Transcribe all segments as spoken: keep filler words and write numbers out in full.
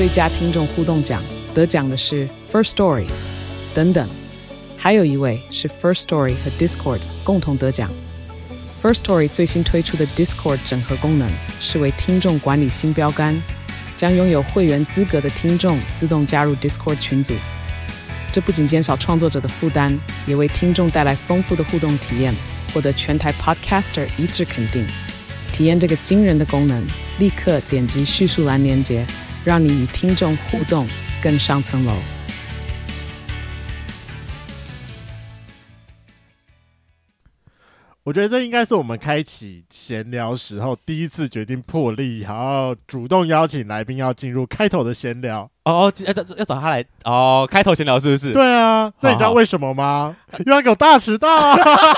最佳听众互动奖，得奖的是 First Story 等等，还有一位是 First Story 和 Discord 共同得奖。First Story 最新推出的 Discord 整合功能是为听众管理新标杆，将拥有会员资格的听众自动加入 Discord 群组。这不仅减少创作者的负担，也为听众带来丰富的互动体验，获得全台 Podcaster 一致肯定。体验这个惊人的功能，立刻点击叙述栏连结，让你与听众互动更上层楼。 我觉得这应该是我们开启闲聊时候第一次决定破例，然后主动邀请来宾要进入开头的闲聊。 哦，要要找他来哦，开头闲聊是不是？ 对啊，那你知道为什么吗？因为他给我大迟到啊！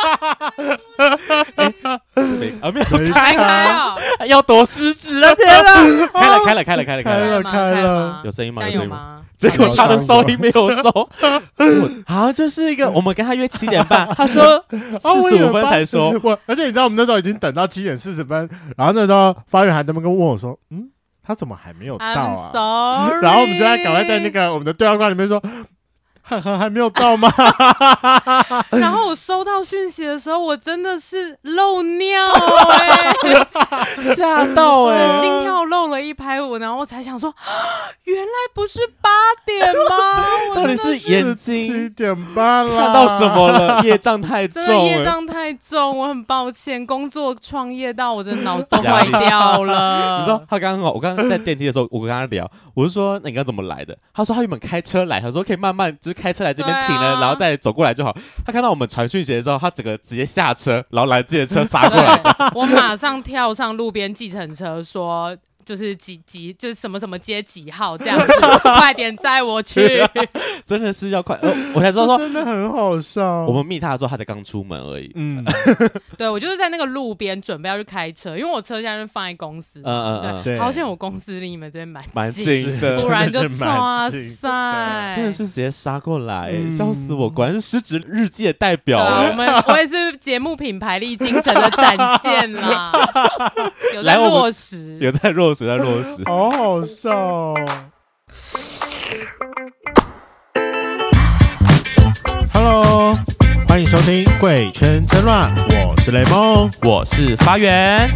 欸、没啊，没有开开哦， 要多失职了，天啊！开了，开了，开了，开了， 开了，开了， 有声音吗？ 有声音吗？ 结果他的收音没有收，好像就是一个我们跟他约七点半，他说四十五分才收。 我而且你知道我们那时候已经等到七点四十分，然后那时候发源还在那边跟问我说，嗯。他怎么还没有到啊？ I'm sorry 然后我们就在赶快在那个我们的对话框里面说，还还还没有到吗？ 然后我收到讯息的时候，我真的是漏尿哎、 欸，吓到哎、 欸，心跳漏了一拍，我然后我才想说，原来不是八点吗？ 到底是眼睛七点半了， 看到什么了？业障太重、欸， 真的业障太重，我很抱歉，工作创业到我真的脑子都坏掉了。 你知道他刚刚我刚刚在电梯的时候，我跟他聊，我就说那你刚怎么来的？他说他原本开车来，他说可以慢慢就是开车来这边停了，啊、然后再走过来就好。他看到我们传讯息的时候，他整个直接下车，然后来自己的车杀过来。 我马上跳上路边计程车说。就是几几就是什么什么街几号这样子，快点载我去！ 真的是要快，呃、我才知道说真的很好笑。 我们密他的时候，他才刚出门而已。 嗯， 对我就是在那个路边准备要去开车，因为我车现在是放在公司。嗯嗯对，好险我公司离你们这边蛮蛮近的， 不然就哇塞， 真的是直接杀过来，笑、嗯、死我！果然是失职日记的代表。 我们我也是节目品牌力精神的展现啦，有在落实， 有在落实。实在落实， 好好笑哦 ！Hello， 欢迎收听《贵圈争乱》，我是雷梦， 我是发源。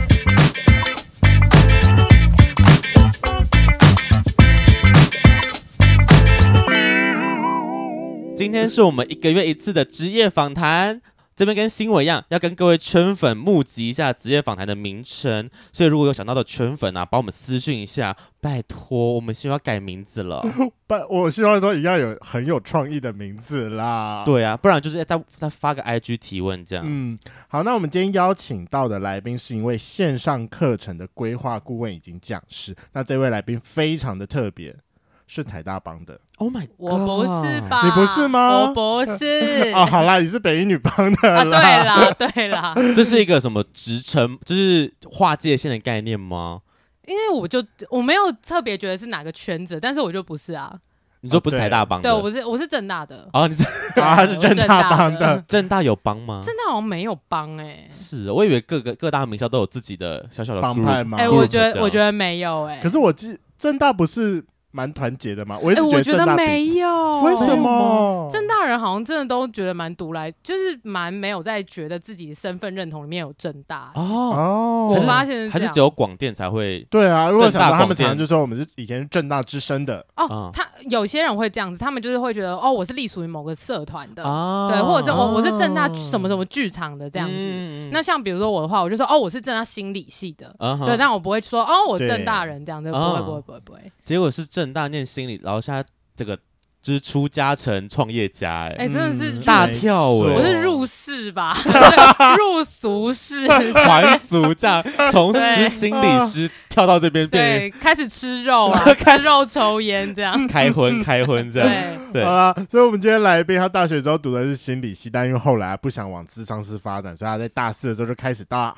今天是我们一个月一次的职业访谈。这边跟新闻一样，要跟各位圈粉募集一下职业访谈的名称，所以如果有想到的圈粉啊，帮我们私讯一下，拜托，我们希望要改名字了。 我希望说一定要有很有创意的名字啦。 对啊，不然就是再再发个 I G 提问这样。 嗯，好，那我们今天邀请到的来宾是一位线上课程的规划顾问以及讲师，那这位来宾非常的特别。是台大帮的 ，Oh my god！ 我不是吧？ 你不是吗？ 我不是。 哦，好啦，你是北一女帮的啦。 啊，对啦，对啦。 这是一个什么职称？就是划界线的概念吗？ 因为我就我没有特别觉得是哪个圈子，但是我就不是啊。 你说不是台大帮的？ 对，我是我是政大的。 哦，你是啊，他是政大帮的。 政大有帮吗？ 政大好像没有帮哎、欸。 是，我以为各个各大名校都有自己的小小的帮派吗？ 哎、欸，我觉得我觉得没有哎、欸。 可是我记政大不是。蛮团结的嘛，我一直觉得、欸、 我觉得没有， 为什么？ 政大人好像真的都觉得蛮独来，就是蛮没有在觉得自己身份认同里面有政大哦。 我发现是还是只有广电才会对啊，如果想到他们常常就说我们是以前是政大之声的哦，他有些人会这样子，他们就是会觉得哦，我是隶属于某个社团的、哦，对，或者是我、哦、我是政大什么什么剧场的这样子。嗯、那像比如说我的话，我就说哦，我是政大心理系的，嗯、对，但我不会说哦，我政大人这样子，不会不会不会不会。 结果是政大念心理，然后现在这个就是出家成创业家、欸，哎、 欸，真的是大跳哎、欸！ 我是入世吧，入俗世， 还俗这样，从就是心理师跳到这边变， 对，开始吃肉啊，吃肉抽烟这样， 开荤开荤这样， 对对。好啦，所以我们今天来宾，他大学之后读的是心理系，但因为后来不想往諮商师发展，所以他在大四的时候就开始到他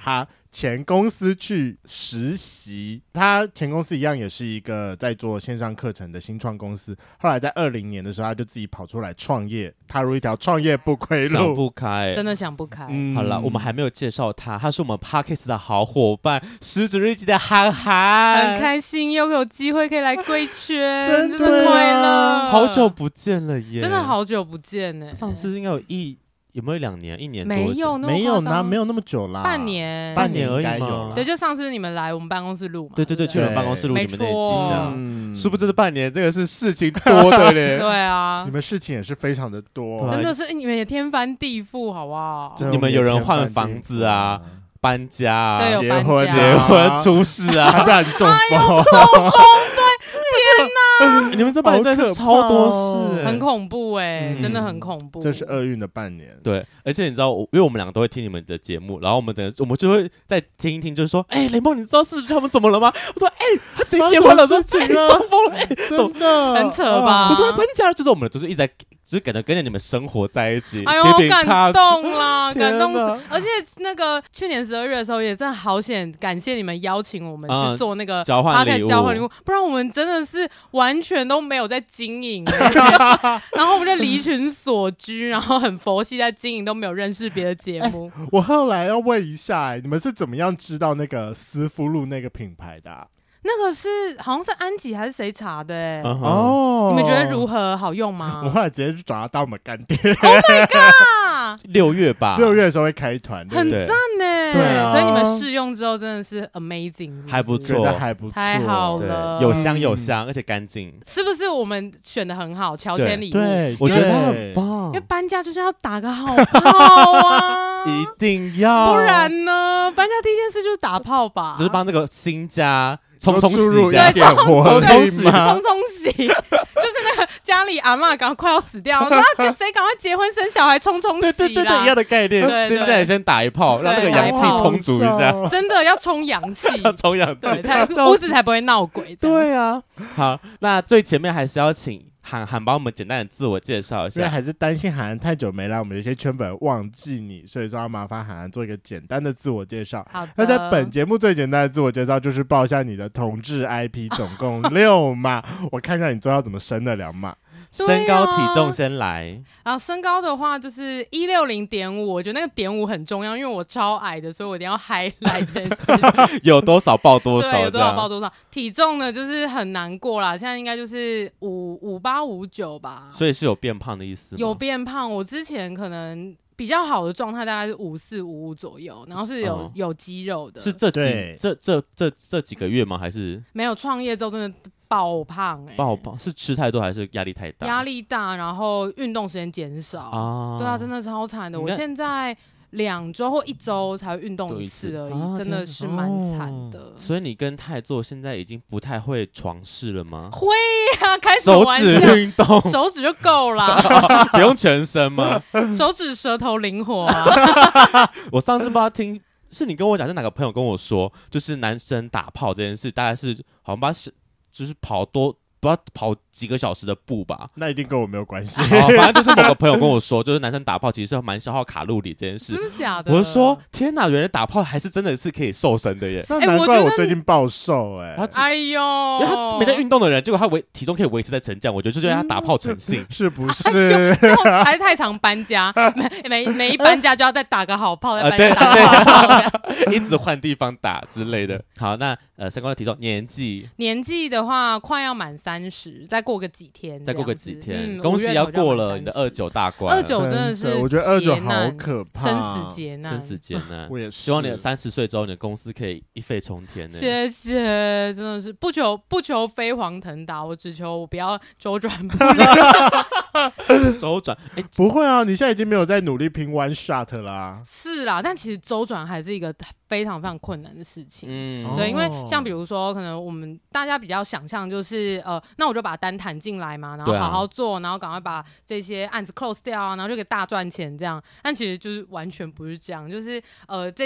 前公司去实习，他前公司一样也是一个在做线上课程的新创公司，后来在二零年的时候他就自己跑出来创业，踏入一条创业不归路， 想不开， 真的想不开、 嗯、 好了，我们还没有介绍他，他是我们 Podcast 的好伙伴，失职日记的涵涵， 很开心又有机会可以来贵圈真的真的快乐， 好久不见了耶， 真的好久不见呢、欸， 上次应该有一有没有两年？一年多？ 没有那么没有呢，没有那么久啦， 半年， 半年而已吗？ 对，就上次你们来我们办公室录嘛， 对对对，去我们办公室录你们那一集这样。 嗯， 殊不知这半年这个是事情多的嘞。 对啊， 你们事情也是非常的多， 真的是你们也天翻地覆，好不好？ 你们有人换房子啊，搬家啊， 对，有结婚、 结婚、出事啊， 还不然中风， 中风，对，天哪！ 你们这半年真的是超多事， 很恐怖哎，真的很恐怖。 这是厄运的半年。 对，而且你知道，因为我们两个都会听你们的节目，然后我们等我们就会再听一听，就是说，哎，雷梦，你知道事他们怎么了吗？我说，哎，他谁结婚了？说中风了，哎， 真的很扯吧？ 我说搬家，就是我们就是一直在。只是感觉跟着你们生活在一起， 哎呦，感动啦，感动死！而且那个去年十二月的时候，也真的好险，感谢你们邀请我们去做那个交换礼物， 交换礼物，不然我们真的是完全都没有在经营，然后我们就离群索居，然后很佛系在经营，都没有认识别的节目。 欸、我后来要问一下、欸，你们是怎么样知道那个思夫路那个品牌的、啊？ 那个是好像是安吉还是谁查的哎、欸 uh-huh. 哦， 你们觉得如何？好用吗？ 我后来直接去找他当我们干爹。 Oh my god！ 六月吧， 六月的时候会开团， 很赞呢。 对啊， 所以你们试用之后真的是 amazing， 是不是还不错， 还不错， 太好了， 有香有香，而且干净， 是不是？我们选的很好，乔迁礼物， 对， 我觉得很棒。 因为搬家就是要打个好炮啊， 一定要， 不然呢？搬家第一件事就是打炮吧， 就是帮那个新家。冲冲洗， 对， 冲冲冲洗，冲冲洗，就是那个家里阿嬷赶快要死掉，然后谁赶快结婚生小孩，冲冲洗啦， 对对对对，一样的概念。现在也先打一炮，让那个阳气充足一下， 真的要充阳气， 要充阳气， 对，才屋子才不会闹鬼。 对啊，好，那最前面还是要请。涵涵帮我们简单的自我介绍一下， 因为还是担心涵涵太久没来，我们有些圈粉忘记你，所以说要麻烦涵涵做一个简单的自我介绍。 好的， 那在本节目最简单的自我介绍就是报一下你的同志 I P， 总共六码，我看一下你最后怎么升得了码。 身高体重先来， 然后身高的话就是一六零点五，我觉得那个点五很重要，因为我超矮的，所以我一定要highlight这件事情。 有多少报多少， 对，有多少报多少。体重呢，就是很难过啦，现在应该就是五五八五九吧。 所以是有变胖的意思吗？ 有变胖，我之前可能。比较好的状态大概是五四五五左右，然后是有、哦、有肌肉的。 是这几这这这这几个月吗？还是没有创业之后真的爆胖哎、欸？ 爆胖是吃太多还是压力太大？ 压力大，然后运动时间减少啊。对啊，真的超惨的。我现在两周或一周才会运动一次而已，啊、真的是蛮惨的、哦。 所以你跟泰做现在已经不太会床事了吗？ 会啊，开始手指运动， 手指就够啦， 不用全身吗？ 手指舌头灵活啊！ 我上次不知道听，是你跟我讲，是哪个朋友跟我说，就是男生打炮这件事，大概是好像把就是跑多。不要跑几个小时的步吧， 那一定跟我没有关系。 哦、反正就是某个朋友跟我说，就是男生打炮其实是蛮消耗卡路里这件事。 真的假的？ 我就说天哪，原来打炮还是真的是可以瘦身的耶！ 那难怪我最近暴瘦哎、欸。 哎呦， 因为他没在运动的人，结果他维体重可以维持在成这样，我觉得就觉得他打炮成性、 嗯，是不是？ 哎、还是太常搬家，每每每一搬家就要再打個好炮，再搬家打個好炮、啊， 一直换地方打之类的。好，那呃，身高的体重、年纪， 年纪的话快要满三十，再过个几天， 再过个几天， 嗯、 恭喜要过了你的二九大关。 二九真的是， 我觉得二九好可怕， 生死劫难， 生死劫难。 我也是， 希望你三十岁之后，你的公司可以一飞冲天呢。 谢谢，真的是不求不求飞黄腾达，我只求我不要周转不了。 周转，哎、欸， 不会啊，你现在已经没有在努力拼 one shot 啦。 是啦，但其实周转还是一个非常非常困难的事情。 嗯， 对，因为像比如说，可能我们大家比较想象就是呃，那我就把单谈进来嘛，然后好好做，啊、然后赶快把这些案子 close 掉啊，然后就给大赚钱这样。但其实就是完全不是这样，就是呃，这些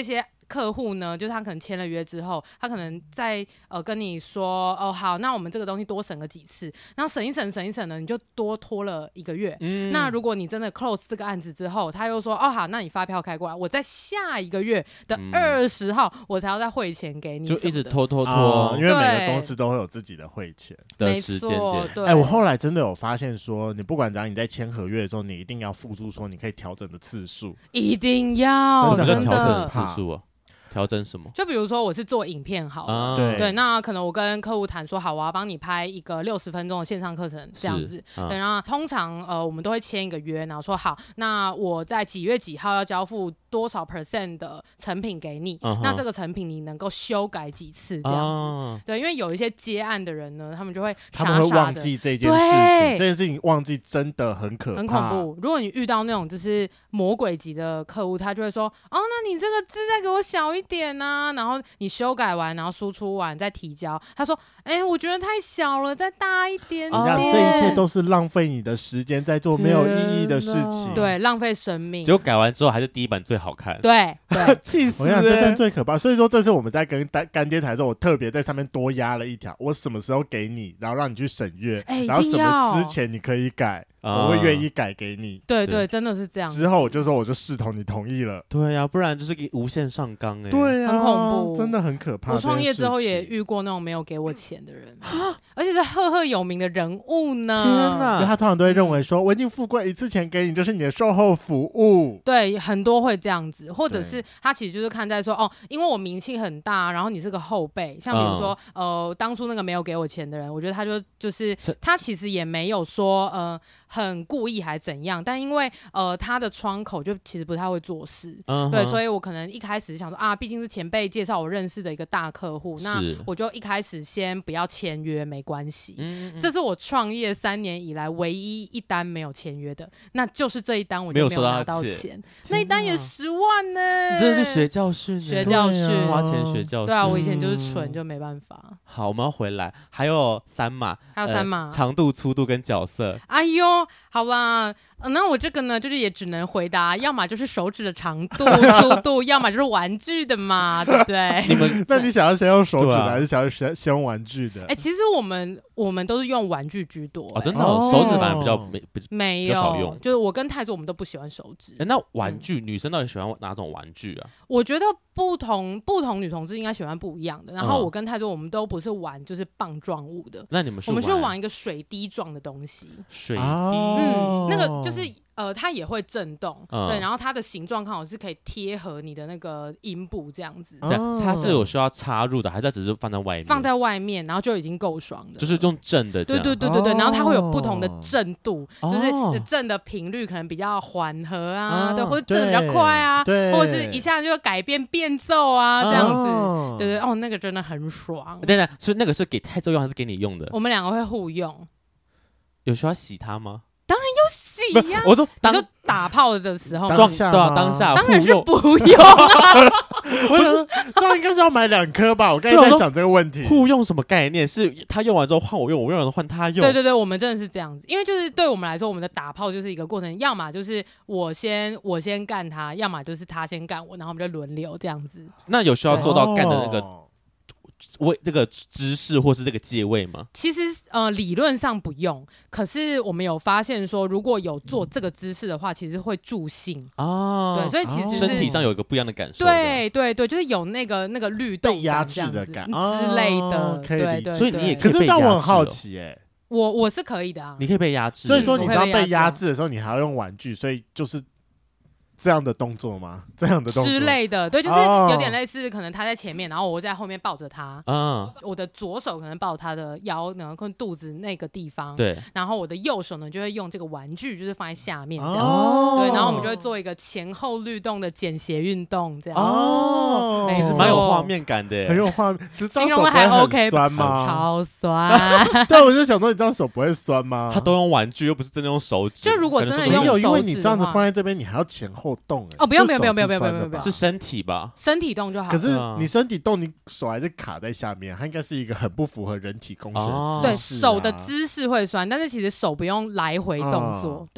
客户呢，就是他可能签了约之后，他可能在呃跟你说，哦好，那我们这个东西多审个几次，然后审一审审一审呢，你就多拖了一个月。嗯、那如果你真的 close 这个案子之后，他又说，哦好，那你发票开过来，我在下一个月的二十号、嗯、我才要再汇钱给你， 就一直拖拖拖、 哦，因为每个公司都会有自己的汇钱的时间点。 哎、欸，我后来真的有发现说，你不管怎样，你在签合约的时候，你一定要附注说你可以调整的次数， 一定要真的调整的次数啊。调整什么？ 就比如说我是做影片好了，啊、对, 对，那可能我跟客户谈说好，我要帮你拍一个六十分钟的线上课程这样子，啊、对，然后通常呃我们都会签一个约，然后说好，那我在几月几号要交付多少 percent 的成品给你，uh-huh. 那这个成品你能够修改几次这样子， uh-huh. 对，因为有一些接案的人呢，他们就会傻傻的， 他们会忘记这件事情，这件事情忘记真的很可怕， 很恐怖。如果你遇到那种就是魔鬼级的客户，他就会说，哦，那你这个字再给我小一点啊，然后你修改完，然后输出完再提交，他说，哎、欸，我觉得太小了，再大一点点。 哦、这一切都是浪费你的时间，在做没有意义的事情， 对，浪费生命。 结果改完之后还是第一版最好看， 对对， 气死、欸！ 我想这真的最可怕。所以说，这次我们在跟干爹谈的时候，我特别在上面多压了一条，我什么时候给你，然后让你去审阅， 欸、 然后什么之前你可以改。我会愿意改给你， 对 对, 对，真的是这样。 之后我就说，我就视同你同意了。 对呀、啊，不然就是给无限上纲哎、欸。 对啊， 很恐怖， 真的很可怕。 我创业之后也遇过那种没有给我钱的人，而且是赫赫有名的人物呢。 天哪！ 因为他通常都会认为说，我已经付过一次钱给你，就是你的售后服务。 对，很多会这样子，或者是他其实就是看在说，哦，因为我名气很大，然后你是个后辈，像比如说，嗯、呃，当初那个没有给我钱的人，我觉得他就就是他其实也没有说，呃。很故意还怎样，但因为呃他的窗口就其实不太会做事， uh-huh. 对，所以我可能一开始想说啊，毕竟是前辈介绍我认识的一个大客户，那我就一开始先不要签约，没关系、嗯嗯。这是我创业三年以来唯一一单没有签约的，那就是这一单我就没有拿到钱，那一单也十万呢、欸， 你真的是学教训， 学教训、啊， 花钱学教训。 对啊，我以前就是蠢，就没办法。 好，我们要回来，还有三码， 还有三码、 呃，长度、粗度跟角色。 哎呦。好吧、呃，那我这个呢，就是也只能回答，要么就是手指的长度、粗度，要么就是玩具的嘛，对不对？ 你们，那你想要先用手指的，啊、还是想要先先用玩具的？ 哎、欸，其实我们我们都是用玩具居多、欸。 哦，真的、哦，手指反而比较没没有少用。就是我跟泰佐我们都不喜欢手指。 欸、那玩具、嗯，女生到底喜欢哪种玩具啊？ 我觉得不同不同女同志应该喜欢不一样的。然后我跟泰佐我们都不是玩就是棒状物的。 那你们是我们是玩一个水滴状的东西。 水滴。 嗯嗯，那个就是呃，它也会震动、嗯，对，然后它的形状刚好是可以贴合你的那个阴部这样子。 对、哦，它是有需要插入的，还是只是放在外面？ 放在外面，然后就已经够爽的。 就是用震的这样。 对对对对对、哦，然后它会有不同的震度，哦、就是震的频率可能比较缓和啊，哦、对，或者震的比较快啊，或者是一下就改变变奏啊这样子。哦、对对哦，那个真的很爽。 对对，是那个是给泰州用还是给你用的？ 我们两个会互用。 有需要洗它吗？ 当然要洗呀、啊！ 我说， 你说打炮的时候， 当下对啊，当下当然是不用啊！ 我想这样应该是要买两颗吧？我刚才在想这个问题。 互用什么概念？是他用完之后换我用，我用完换他用？ 对对对，我们真的是这样子，因为就是对我们来说，我们的打炮就是一个过程，要么就是我先我先干他，要么就是他先干我，然后我们就轮流这样子。 那有需要做到干的那个？位这个姿势或是这个借位吗？ 其实呃理论上不用，可是我们有发现说，如果有做这个姿势的话，其实会助兴哦。对，所以其实是身体上有一个不一样的感受。 对对对，就是有那个那个律动感、 压制的感之类的。哦、 对对对， 所以你也可以被压制、哦。可是让我很好奇哎、欸， 我我是可以的啊， 你可以被压制。 所以说你当被压制的时候，你还要用玩具，所以就是。这样的动作吗？这样的动作之类的，对，就是有点类似，可能他在前面，然后我在后面抱着他，嗯，我的左手可能抱他的腰，然后跟肚子那个地方， 对， 然后我的右手呢就会用这个玩具，就是放在下面这样子，哦、对，然后我们就会做一个前后律动的简斜运动，这样哦， 其实蛮有画面感的， 很有画面，只形容的还 OK 酸吗？ 超酸， 对，我就想说你这样手不会酸吗？ 他都用玩具，又不是真的用手指， 就如果真的用手指， 因为你这样子放在这边，你还要前后动、欸， 哦，不用不用不用不用不用不用不用， 是身体吧？ 身体动就好。 可是你身体动，你手还是卡在下面，它应该是一个很不符合人体工学的姿势、啊。 对，手的姿势会酸，但是其实手不用来回动作。哦、对，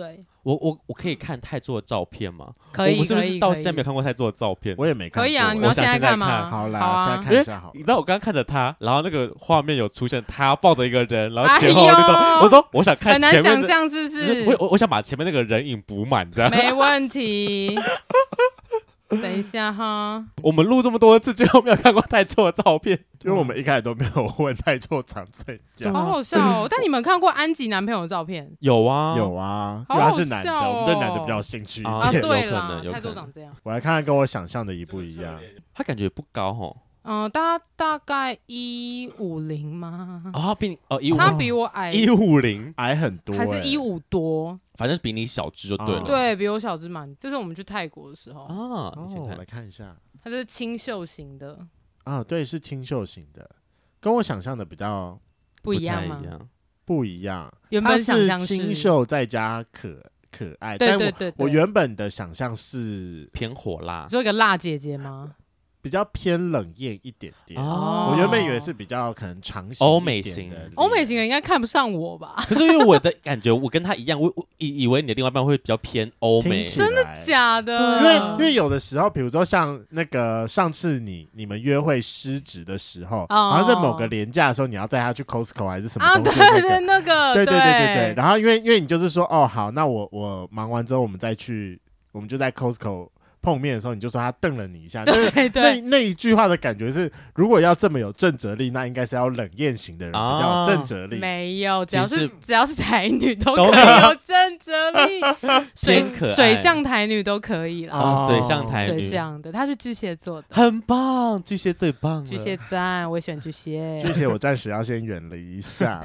我我我可以看泰做的照片吗？ 可以， 我是不是到现在没有可以看过泰做的照片？ 我也没看过。 可以啊，你们要现在看吗？ 好啦， 好啊， 现在看一下好了。 你知道我刚刚看着他，然后那个画面有出现他抱着一个人，然后前后律动。哎、我说我想看前面的， 很难想象是不是？ 我我我想把前面那个人影补满，这样没问题。等一下哈， 我们录这么多次，最后没有看过泰做的照片， 因为我们一开始都没有问泰做长怎样。 好好笑哦！但你们看过安吉男朋友的照片？ 有啊， 有啊， 因为他是男的， 哦、 我们对男的比较有兴趣一点。 啊，对了， 泰做长这样。 我来看看跟我想象的一不一样。 他感觉不高哦。 嗯，大大概一五零吗？ 啊、哦，比你哦一五， 他比我矮一五零， 矮很多、欸， 还是一五多？ 反正比你小只就对了。 哦、对比我小只蛮。这是我们去泰国的时候啊。 哦，我来看一下， 它就是清秀型的啊，对，是清秀型的，跟我想象的比较不一样吗？ 不一样， 原本想象是清秀再加可可爱， 对对 对, 对， 我原本的想象是偏火辣， 做一个辣姐姐吗？ 比较偏冷艳一点点、 哦、 我原本以为是比较可能长型欧美型的， 欧美型的应该看不上我吧？ 可是因为我的感觉，我跟他一样，我我以以为你的另外一半会比较偏欧美， 真的假的？ 因为因为有的时候，比如说像那个上次你你们约会失职的时候， 哦、 然后在某个连假的时候，你要载他去 Costco 还是什么东西、 啊？ 那个、 对对那个， 对对对对对。然后因为因为你就是说，哦好，那我我忙完之后，我们再去，我们就在 Costco。碰面的时候，你就说他瞪了你一下， 对对， 那那一句话的感觉是，如果要这么有正哲力，那应该是要冷艳型的人、啊、比较有正哲力。 没有，只要是只要是台女都可以有正哲力，水水象台女都可以啦。 哦，水象台女， 水象的，她是巨蟹座的， 很棒，巨蟹最棒了。 巨蟹赞，我也喜欢巨蟹。 巨蟹我暂时要先远离一下。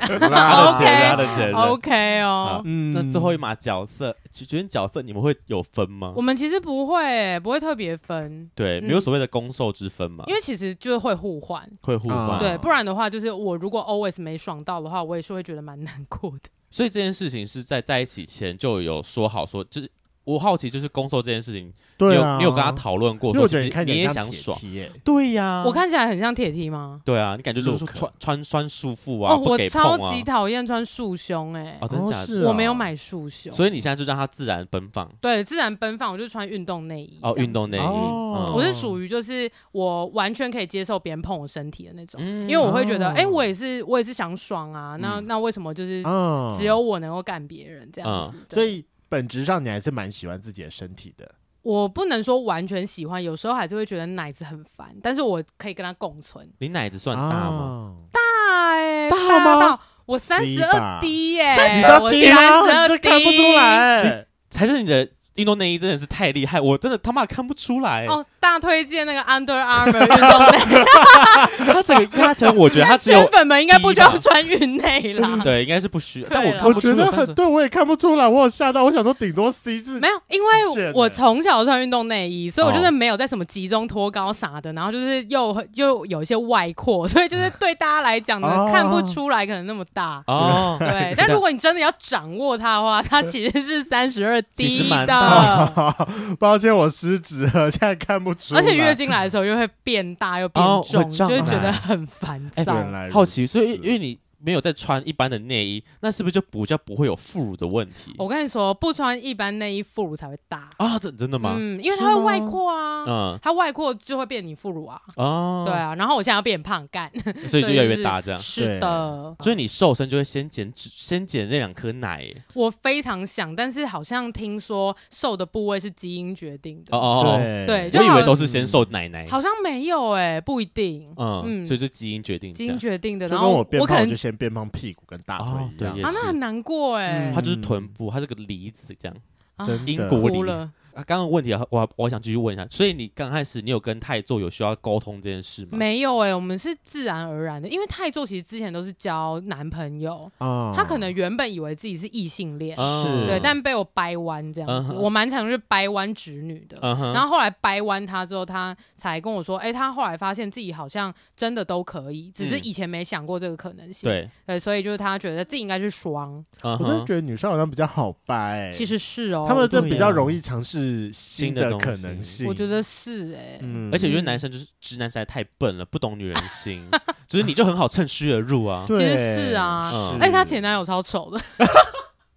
OK OK 哦， 嗯，那最后一码角色，觉得角色你们会有分吗？ 我们其实不会。不会特别分， 对，没有所谓的攻受之分嘛、 嗯，因为其实就是会互换， 会互换， 对，不然的话就是我如果 always 没爽到的话，我也是会觉得蛮难过的。 所以这件事情是在在一起前就有说好说，就是我好奇就是攻受这件事情， 对啊，你有你有跟他讨论过说，其实你也想爽，对呀、啊， 我看起来很像铁梯吗？ 对啊，你感觉就是穿穿穿束缚啊， 哦， 不给碰啊， 我超级讨厌穿束胸哎、欸， 哦，真的假的？ 是、哦， 我没有买束胸， 所以你现在就让它自然奔放， 对，自然奔放，我就穿运动内衣， 哦，运动内衣， 哦嗯、 我是属于就是我完全可以接受别人碰我身体的那种，嗯、因为我会觉得，哎、哦欸，我也是我也是想爽啊，那、嗯、那为什么就是只有我能够干别人这样子？嗯、 所以。本质上你还是蛮喜欢自己的身体的， 我不能说完全喜欢，有时候还是会觉得奶子很烦，但是我可以跟它共存。 你奶子算大吗？ 大哎、欸， 大吗？ 大我三十二 D 耶， 三十二 D 吗？ 这看不出来， 才是你的运动内衣真的是太厉害，我真的他妈看不出来哦。大推荐那个 Under Armour 运动内， 他整个加成，我觉得他只有圈粉们应该不需要穿运内啦。 对，应该是不需要。但我我觉得很对，我也看不出来，我有吓到，我想说顶多 C 字没有，因为我从小穿运动内衣，所以我就是没有在什么集中脱高啥的，然后就是又又有一些外扩，所以就是对大家来讲呢，哦、看不出来可能那么大哦。对，但如果你真的要掌握它的话，它其实是三十二 D 的。 抱歉，我失职了，现在看不。 而且月经来的时候又会变大又变重，哦、就会觉得很烦躁。 欸、好奇，所以因为你没有在穿一般的内衣，那是不是就比较不会有副乳的问题？ 我跟你说，不穿一般内衣，副乳才会大啊！真真的吗？ 嗯，因为它会外扩啊，嗯，它外扩就会变你副乳啊。哦，对啊，然后我现在要变胖干， 所以就越来越大这样。 是的， 所以你瘦身就会先减脂，先减这两颗奶。 我非常想，但是好像听说瘦的部位是基因决定的。 哦哦， 对， 我以为都是先瘦奶奶， 好像没有哎，不一定。 嗯嗯，所以就基因决定， 基因决定的。 然后我变胖，我就先变胖屁股跟大腿一样啊，那很难过哎。 它就是臀部，它是个梨子这样， 真的英国梨。啊，刚刚问题我我想继续问一下，所以你刚开始你有跟泰做有需要沟通这件事吗？ 没有哎、欸，我们是自然而然的，因为泰做其实之前都是交男朋友，哦、他可能原本以为自己是异性恋， 是对，但被我掰弯这样子，嗯、我蛮常就是掰弯直女的，嗯、然后后来掰弯他之后，他才跟我说，哎、欸，他后来发现自己好像真的都可以，只是以前没想过这个可能性，嗯、对对，所以就是他觉得自己应该是双， 嗯、我真的觉得女生好像比较好掰、欸， 其實是哦， 他们真的比较容易尝试。是新的可能性， 我觉得是哎、欸嗯，而且因为男生就是直男实在太笨了，不懂女人心，就是你就很好趁虚而入啊。 其实是啊，而且他前男友超丑的。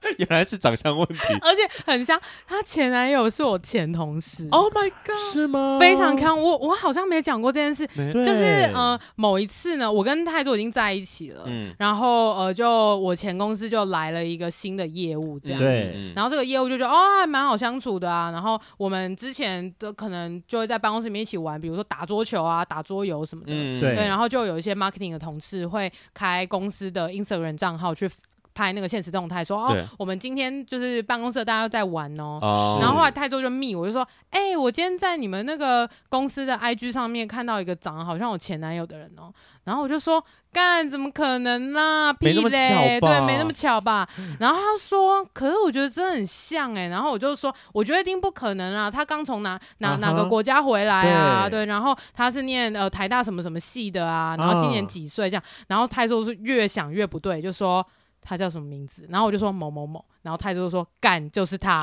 原来是长相问题， 而且很像她前男友是我前同事。 Oh my god， 是吗？ 非常看我我好像没讲过这件事， 对就是呃某一次呢，我跟泰座已经在一起了，嗯、然后呃就我前公司就来了一个新的业务这样子， 对， 然后这个业务就觉得哦还蛮好相处的啊，然后我们之前都可能就会在办公室里面一起玩，比如说打桌球啊、打桌游什么的，嗯、对，然后就有一些 marketing 的同事会开公司的 Instagram 账号去拍那个限时动态，说哦，我们今天就是办公室大家都在玩哦。哦然后后来泰州就密我，就说，哎、欸，我今天在你们那个公司的 I G 上面看到一个长得好像我前男友的人哦。然后我就说，干，怎么可能啦？屁嘞，对，没那么巧吧。然后他说，可是我觉得真的很像哎、欸。然后我就说，我觉得一定不可能啊，他刚从哪哪、uh-huh, 哪个国家回来啊？对，对然后他是念呃台大什么什么系的啊，然后今年几岁这样。然后泰州是越想越不对，就说。他叫什么名字？然后我就说某某某，然后泰州就说干就是他，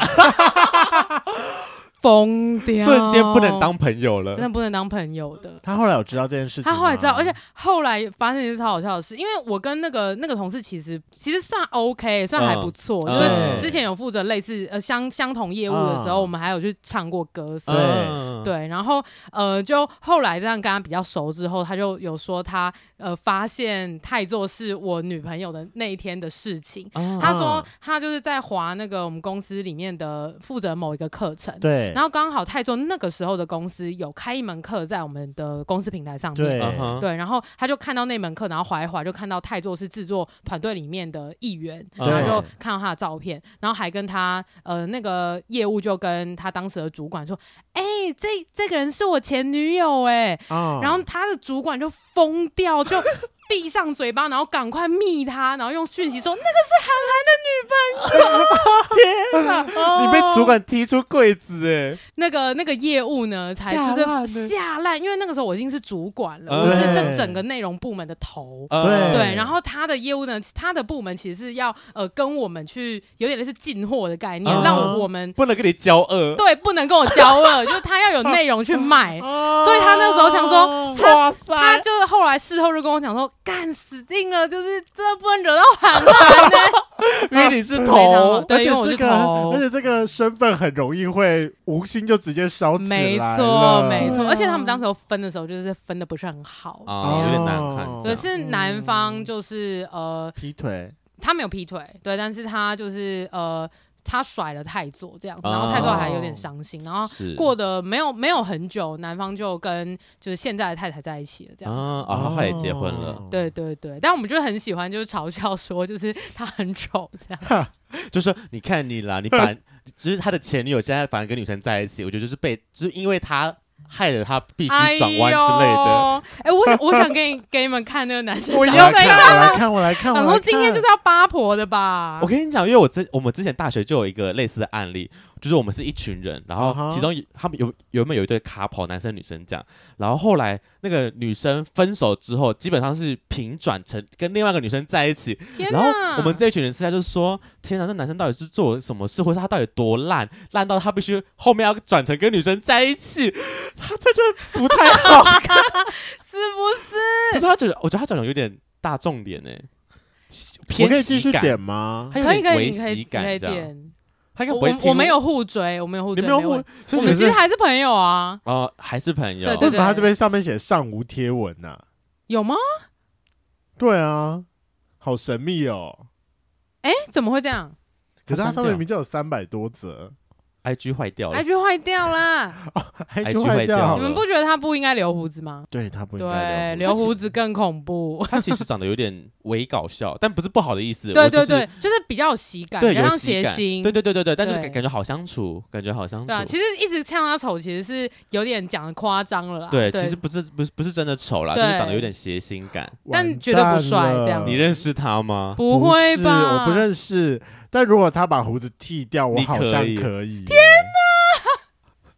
疯掉， 瞬间不能当朋友了， 真的不能当朋友的。 他后来有知道这件事情吗？ 他后来知道，而且后来发生一件超好笑的事，因为我跟那个那个同事其实其实算 OK， 算还不错、嗯，就是之前有负责类似呃相相同业务的时候、嗯，我们还有去唱过歌，对、嗯、对，然后呃就后来这样跟他比较熟之后，他就有说他呃发现泰座是我女朋友的那一天的事情，嗯、他说他就是在滑那个我们公司里面的负责某一个课程， 对。 然后刚好泰座那个时候的公司有开一门课在我们的公司平台上面， 对， uh-huh. 对，然后他就看到那门课，然后滑一滑就看到泰座是制作团队里面的一员，然后就看到他的照片，然后还跟他呃那个业务就跟他当时的主管说，哎、欸，这这个人是我前女友哎、欸，oh. 然后他的主管就疯掉，就闭上嘴巴，然后赶快密他，然后用讯息说那个是韩寒的女朋友。 天哪、啊！你被主管踢出柜子哎！ 那个那个业务呢，才就是下烂，因为那个时候我已经是主管了，我是这整个内容部门的头。 对对，然后他的业务呢，他的部门其实是要呃跟我们去有点类似进货的概念，嗯、让我们不能跟你交恶。 对，不能跟我交恶，就是他要有内容去卖。所以他那个时候想说，他他就是后来事后就跟我讲说。干死定了，就是真的不能惹到韩寒呢。 因为你是头， 对，因为我是头， 而且这个身份很容易会无心就直接烧起来没错，没错。而且他们当时分的时候，就是分的不是很好， 哦，有点难看。 可是男方就是呃劈腿， 他没有劈腿，对，但是他就是呃。他甩了泰座这样，然后泰座还有点伤心，然后过得没有没有很久，男方就跟就是现在的太太在一起了这样子， 啊，他也结婚了， 对对对，但我们就很喜欢就是嘲笑说就是他很丑这样， 就说你看你啦，你把只是他的前女友现在反而跟女生在一起，我觉得就是被就是因为他。害得他必须转弯之类的。 哎、欸，我想，我想给你给你们看那个男生。 我要看，我来看，我来看。 然后今天就是要八婆的吧？ 我跟你讲，因为我之我们之前大学就有一个类似的案例，就是我们是一群人，然后其中有、uh-huh. 他们有有没有有一对couple，男生女生这样，然后后来那个女生分手之后，基本上是平转成跟另外一个女生在一起。然后我们这一群人私下就说：天哪，那男生到底是做了什么事，或者他到底多烂，烂到他必须后面要转成跟女生在一起？他真的不太好看， 是不是？ 可是他觉得，我觉得他讲的有点大众脸哎， 我可以继续点吗？ 可以可以， 你可以可以点。 他应该不会我我没有互追，我没有互追， 你没有互， 我们其实还是朋友啊。 哦、呃，还是朋友。 对对对， 为什么他这边上面写上无贴文呢、啊？ 有吗？ 对啊，好神秘哦。 哎，怎么会这样？ 可是他上面明明就有三百多则。 I G 坏掉了 ，I G 坏掉了、 哦、，I G 坏掉了。 你们不觉得他不应该留胡子吗？ 对他不应该留胡子，留胡子更恐怖。 他其实长得有点微搞笑，但不是不好的意思。 对对对，就是、就是比较有喜感， 对， 比较像谐星。 对对对对对，但是感觉好相处，感觉好相处。 对啊，其实一直呛他丑，其实是有点讲的夸张了啦。 对，其实不是不是不是真的丑啦，就是长得有点谐星感， 但绝对不帅。这样， 你认识他吗？ 不会吧， 我不认识。但如果他把胡子剃掉，我好像可以。 天哪！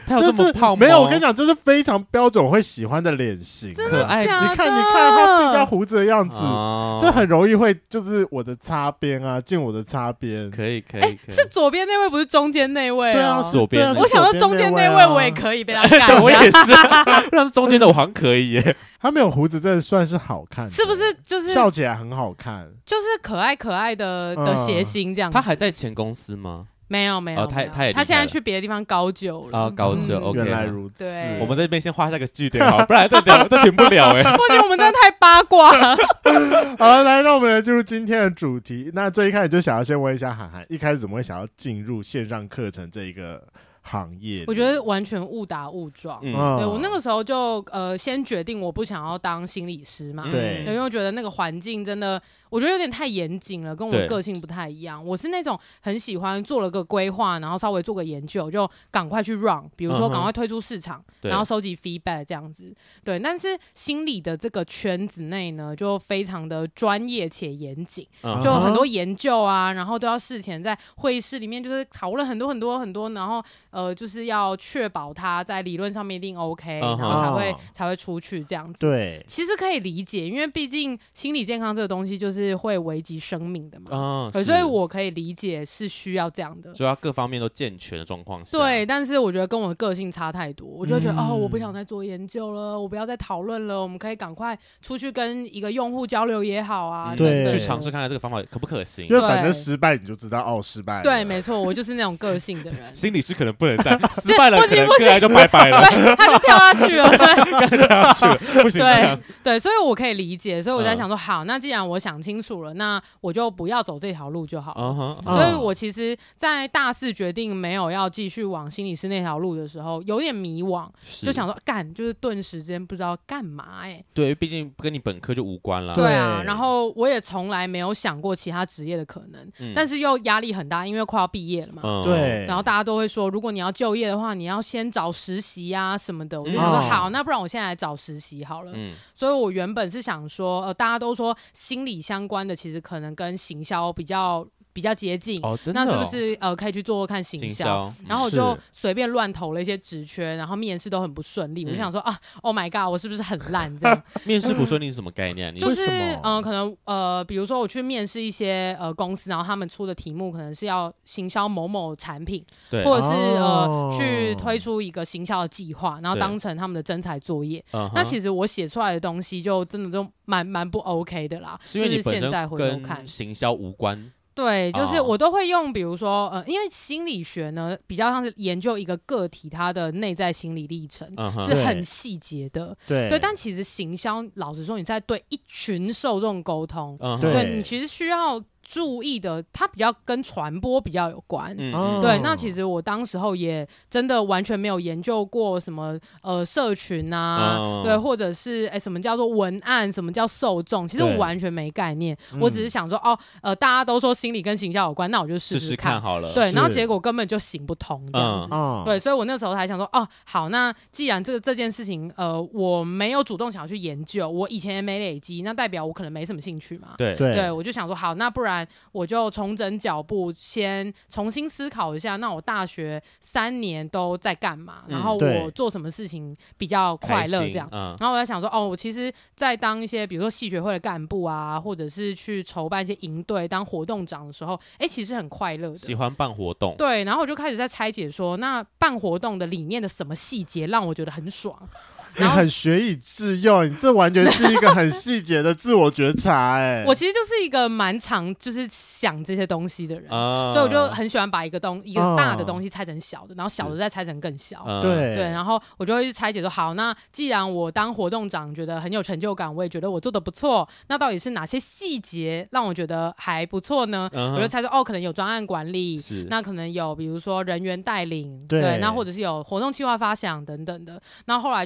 他有这么胖吗？ 没有，我跟你讲，这是非常标准我会喜欢的脸型， 可爱。 你看，你看他对他胡子的样子，哦、这很容易会就是我的擦边啊，进我的擦边。 可以，可以， 哎、欸，是左边那位，不是中间那位、哦？ 对啊， 左边。 我想说中间那位我也可以被他干， 我也是。让是中间的我好像可以耶。 他没有胡子，真的算是好看的， 是不是？就是笑起来很好看， 就是可爱可爱的、嗯、的谐星这样子。 他还在前公司吗？ 没有没有， 哦、他他也他现在去别的地方高就了。 啊，高就、嗯、OK， 原来如此。 对， 我们这边先画下个句点好，不然这聊这停不了哎。 不行，我们真的太八卦了。 好，来，让我们来进入今天的主题。那最一开始就想要先问一下涵涵，一开始怎么会想要进入线上课程这一个行业？ 我觉得完全误打误撞。嗯、对我那个时候就呃先决定我不想要当心理师嘛， 对， 因为我觉得那个环境真的。我觉得有点太严谨了，跟我的个性不太一样。我是那种很喜欢做了个规划，然后稍微做个研究，就赶快去 run， 比如说赶快推出市场，嗯、然后收集 feedback 这样子。对，但是心理的这个圈子内呢，就非常的专业且严谨，嗯、就很多研究啊，然后都要事前在会议室里面就是讨论很多很多很多，然后呃就是要确保它在理论上面一定 OK，、嗯、然后才会、哦、才会出去这样子。 对， 其实可以理解，因为毕竟心理健康这个东西就是。是会危及生命的嘛、哦、所以我可以理解是需要这样的， 就要各方面都健全的状况下。 对，但是我觉得跟我的个性差太多，我就会觉得、嗯、哦，我不想再做研究了，我不要再讨论了，我们可以赶快出去跟一个用户交流也好啊， 嗯、 对， 去尝试看看这个方法可不可行。 因为反正失败你就知道哦，失败了。 对，没错，我就是那种个性的人。 心理师可能不能再失败了，可能个案就拜拜了， 他就跳下去了， 跳下去了，不行。 对对，所以我可以理解，所以我在想说，嗯、好，那既然我想清楚了，那我就不要走这条路就好了。Uh-huh, uh-huh. 所以我其实在大四决定没有要继续往心理师那条路的时候，有点迷惘，就想说干，就是顿时间不知道干嘛哎、欸。 对，毕竟跟你本科就无关了。 对啊，然后我也从来没有想过其他职业的可能、嗯，但是又压力很大，因为快要毕业了嘛。 嗯、对。 然后大家都会说，如果你要就业的话，你要先找实习啊什么的。我就想说，嗯、好，那不然我现在来找实习好了。嗯。所以我原本是想说，呃，大家都说心理相关的，其实可能跟行销比较比较接近， 哦真的哦、 那是不是呃可以去做做看行销？行销然后我就随便乱投了一些职缺，然后面试都很不顺利、嗯。我就想说啊 ，Oh my god， 我是不是很烂这样？ 面试不顺利是什么概念？ 就是嗯、呃，可能呃，比如说我去面试一些呃公司，然后他们出的题目可能是要行销某某产品， 对， 或者是、哦、呃去推出一个行销的计划，然后当成他们的征才作业。那其实我写出来的东西就真的都蛮蛮不 OK 的啦， 是因为你就是现在回头看， 行销无关。 对，就是我都会用，比如说，呃，因为心理学呢，比较像是研究一个个体他的内在心理历程，嗯、是很细节的， 对， 对。但其实行销，老实说，你在对一群受众沟通， 嗯、 对你其实需要。注意的，它比较跟传播比较有关，嗯、对。那其实我当时候也真的完全没有研究过什么呃社群啊，嗯、对，或者是哎、欸、什么叫做文案，什么叫受众，其实我完全没概念。我只是想说，哦，呃，大家都说心理跟行销有关，那我就试试看, 看好了。 对，然后结果根本就行不通这样子，嗯、对，所以我那时候才想说，哦，好，那既然这个这件事情，呃，我没有主动想要去研究，我以前也没累积，那代表我可能没什么兴趣嘛， 对， 对，我就想说，好，那不然我就重整脚步，先重新思考一下，那我大学三年都在干嘛？嗯、然后我做什么事情比较快乐？这样、嗯，然后我在想说，哦，我其实，在当一些比如说系学会的干部啊，或者是去筹办一些营队、当活动长的时候，哎、欸，其实很快乐的， 喜欢办活动。 对，然后我就开始在拆解说，那办活动的里面的什么细节让我觉得很爽。 你很学以致用，你这完全是一个很细节的自我觉察哎、欸。 我其实就是一个蛮常就是想这些东西的人，啊、所以我就很喜欢把一个东一个大的东西拆成小的，然后小的再拆成更小。 对对，然后我就会去拆解说，好，那既然我当活动长觉得很有成就感，我也觉得我做的不错，那到底是哪些细节让我觉得还不错呢？嗯、我就猜说，哦，可能有专案管理，那可能有比如说人员带领，对，那或者是有活动企划发想等等的。那后来就想想。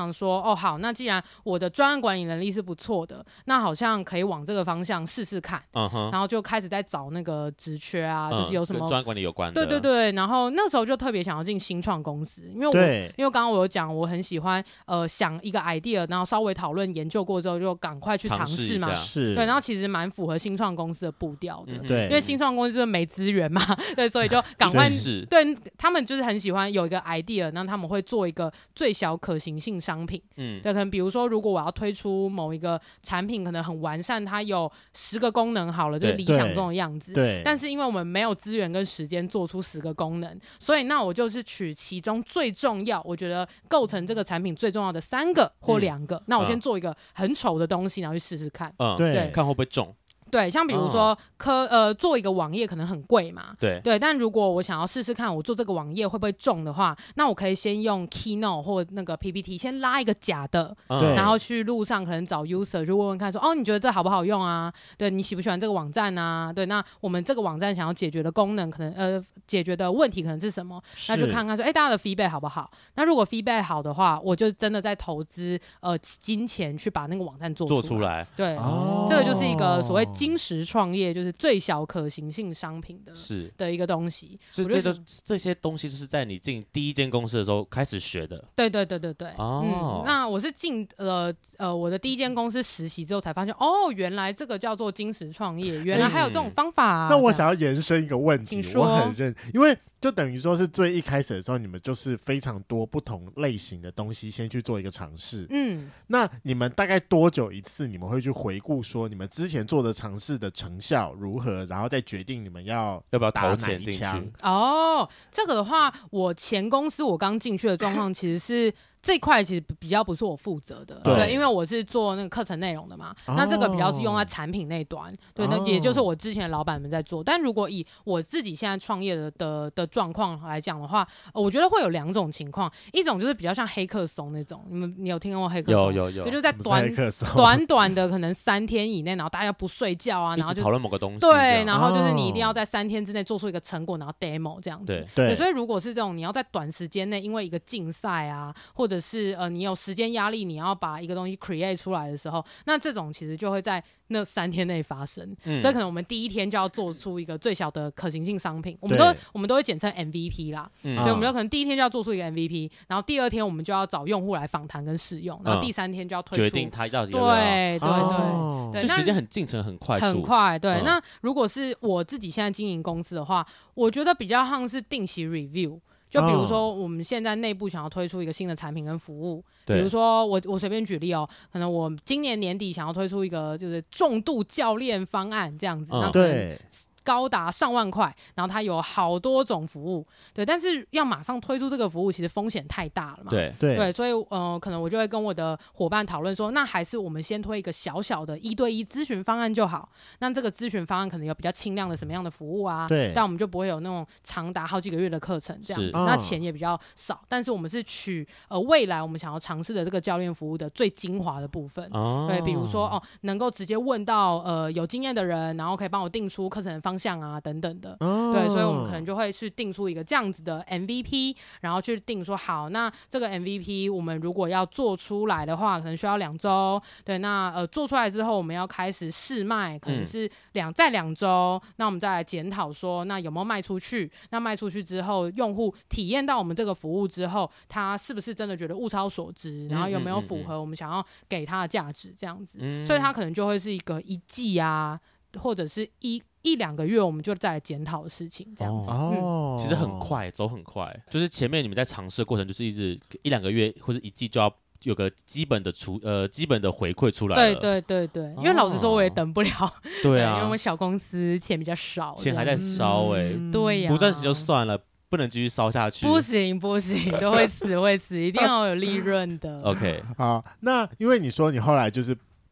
想说，哦，好，那既然我的专案管理能力是不错的，那好像可以往这个方向试试看。嗯哼，然后就开始在找那个职缺啊，嗯、就是有什么跟专案管理有关的。 对对对，然后那时候就特别想要进新创公司，因为我因为刚刚我有讲，我很喜欢呃想一个 idea， 然后稍微讨论研究过之后，就赶快去尝试嘛。 是， 对，然后其实蛮符合新创公司的步调的。 嗯、 对， 因为新创公司就是没资源嘛，对，所以就赶快对他们就是很喜欢有一个 idea， 然后他们会做一个最小可行性商品。嗯，对，可能比如说，如果我要推出某一个产品，可能很完善，它有十个功能好了，就是理想中的样子。 对， 但是因为我们没有资源跟时间做出十个功能，所以那我就是取其中最重要，我觉得构成这个产品最重要的三个或两个，嗯、那我先做一个很丑的东西，然后去试试看。 嗯，对，看会不会中。 对，像比如说科、哦、呃做一个网页可能很贵嘛， 对对，但如果我想要试试看我做这个网页会不会中的话，那我可以先用 Keynote 或那个 P P T 先拉一个假的，嗯、然后去路上可能找 user 去问问看说，哦，你觉得这好不好用啊？对，你喜不喜欢这个网站啊？对，那我们这个网站想要解决的功能可能呃解决的问题可能是什么？那就看看说，哎，大家的 feedback 好不好？那如果 feedback 好的话，我就真的在投资呃金钱去把那个网站做出来。 做出来， 对，哦、这个就是一个所谓精实创业。就是最小可行性商品的是的一个东西， 所以这个这些东西就是在你进第一间公司的时候开始学的。 对对对对对，哦，嗯，那我是进呃呃我的第一间公司实习之后才发现，哦，原来这个叫做精实创业，原来还有这种方法、啊欸。那我想要延伸一个问题，我很认，因为就等于说是最一开始的时候，你们就是非常多不同类型的东西先去做一个尝试。嗯，那你们大概多久一次？你们会去回顾说你们之前做的尝试的成效如何，然后再决定你们要要不要投钱进去？ 哦，这个的话，我前公司我刚进去的状况其实是。这一块其实比较不是我负责的， 对, 对，因为我是做那个课程内容的嘛，哦、那这个比较是用在产品那端，对，那也就是我之前的老板们在做。但如果以我自己现在创业的的的状况来讲的话、呃，我觉得会有两种情况，一种就是比较像黑客松那种，你们你有听过黑客松？ 有有有， 就是在短短短的可能三天以内，然后大家不睡觉啊，然后就讨论某个东西， 对，然后就是你一定要在三天之内做出一个成果，然后 demo 这样子， 对对, 对，所以如果是这种你要在短时间内，因为一个竞赛啊，或者是呃你有有时间压力，你要把一个东西 create 出来的时候，那这种其实就会在那三天内发生、嗯、所以可能我们第一天就要做出一个最小的可行性商品，我们都我们都会简称 M V P 啦、嗯、所以我们就可能第一天就要做出一个 M V P， 然后第二天我们就要找用户来访谈跟试用，然后第三天就要推出、嗯、 决定他到底要不要， 对对对、 哦、对，就时间很进程很快速很快，对、嗯、那如果是我自己现在经营公司的话，我觉得比较像是定期 review，就比如说我们现在内部想要推出一个新的产品跟服务，比如说我我随便举例哦，可能我今年年底想要推出一个就是重度教练方案这样子， 嗯、 那可能高达上万块，然后它有好多种服务，对，但是要马上推出这个服务，其实风险太大了嘛， 对对, 对，所以呃，可能我就会跟我的伙伴讨论说，那还是我们先推一个小小的一对一咨询方案就好。那这个咨询方案可能有比较轻量的什么样的服务啊？ 对， 但我们就不会有那种长达好几个月的课程这样子，那钱也比较少。但是我们是取呃未来我们想要尝试的这个教练服务的最精华的部分，哦、对，比如说哦，能够直接问到呃有经验的人，然后可以帮我定出课程的方向啊等等。的哦、对，所以我们可能就会去定出一个这样子的 M V P， 然后去定说好，那这个 M V P 我们如果要做出来的话，可能需要两周。对，那呃做出来之后，我们要开始试卖，可能是两再两周，那我们再来检讨说，那有没有卖出去？那卖出去之后，用户体验到我们这个服务之后，他是不是真的觉得物超所值？然后有没有符合我们想要给他的价值？这样子，嗯、所以他可能就会是一个一季啊，或者是一。一两个月我们就再来检讨的事情，这样子。 哦，嗯、其实很快，走很快。就是前面你们在尝试的过程，就是一直一两个月或者一季就要有个基本的出呃基本的回馈出来了。 对对对对，因为老实说我也等不了。 对啊， 因为我们小公司钱比较少， 钱还在烧哎、欸嗯。对呀、啊， 不赚钱就算了。不能继续烧下去， 不行不行，都会死会死，一定要有利润的。 OK， 好，那因为你说你后来就是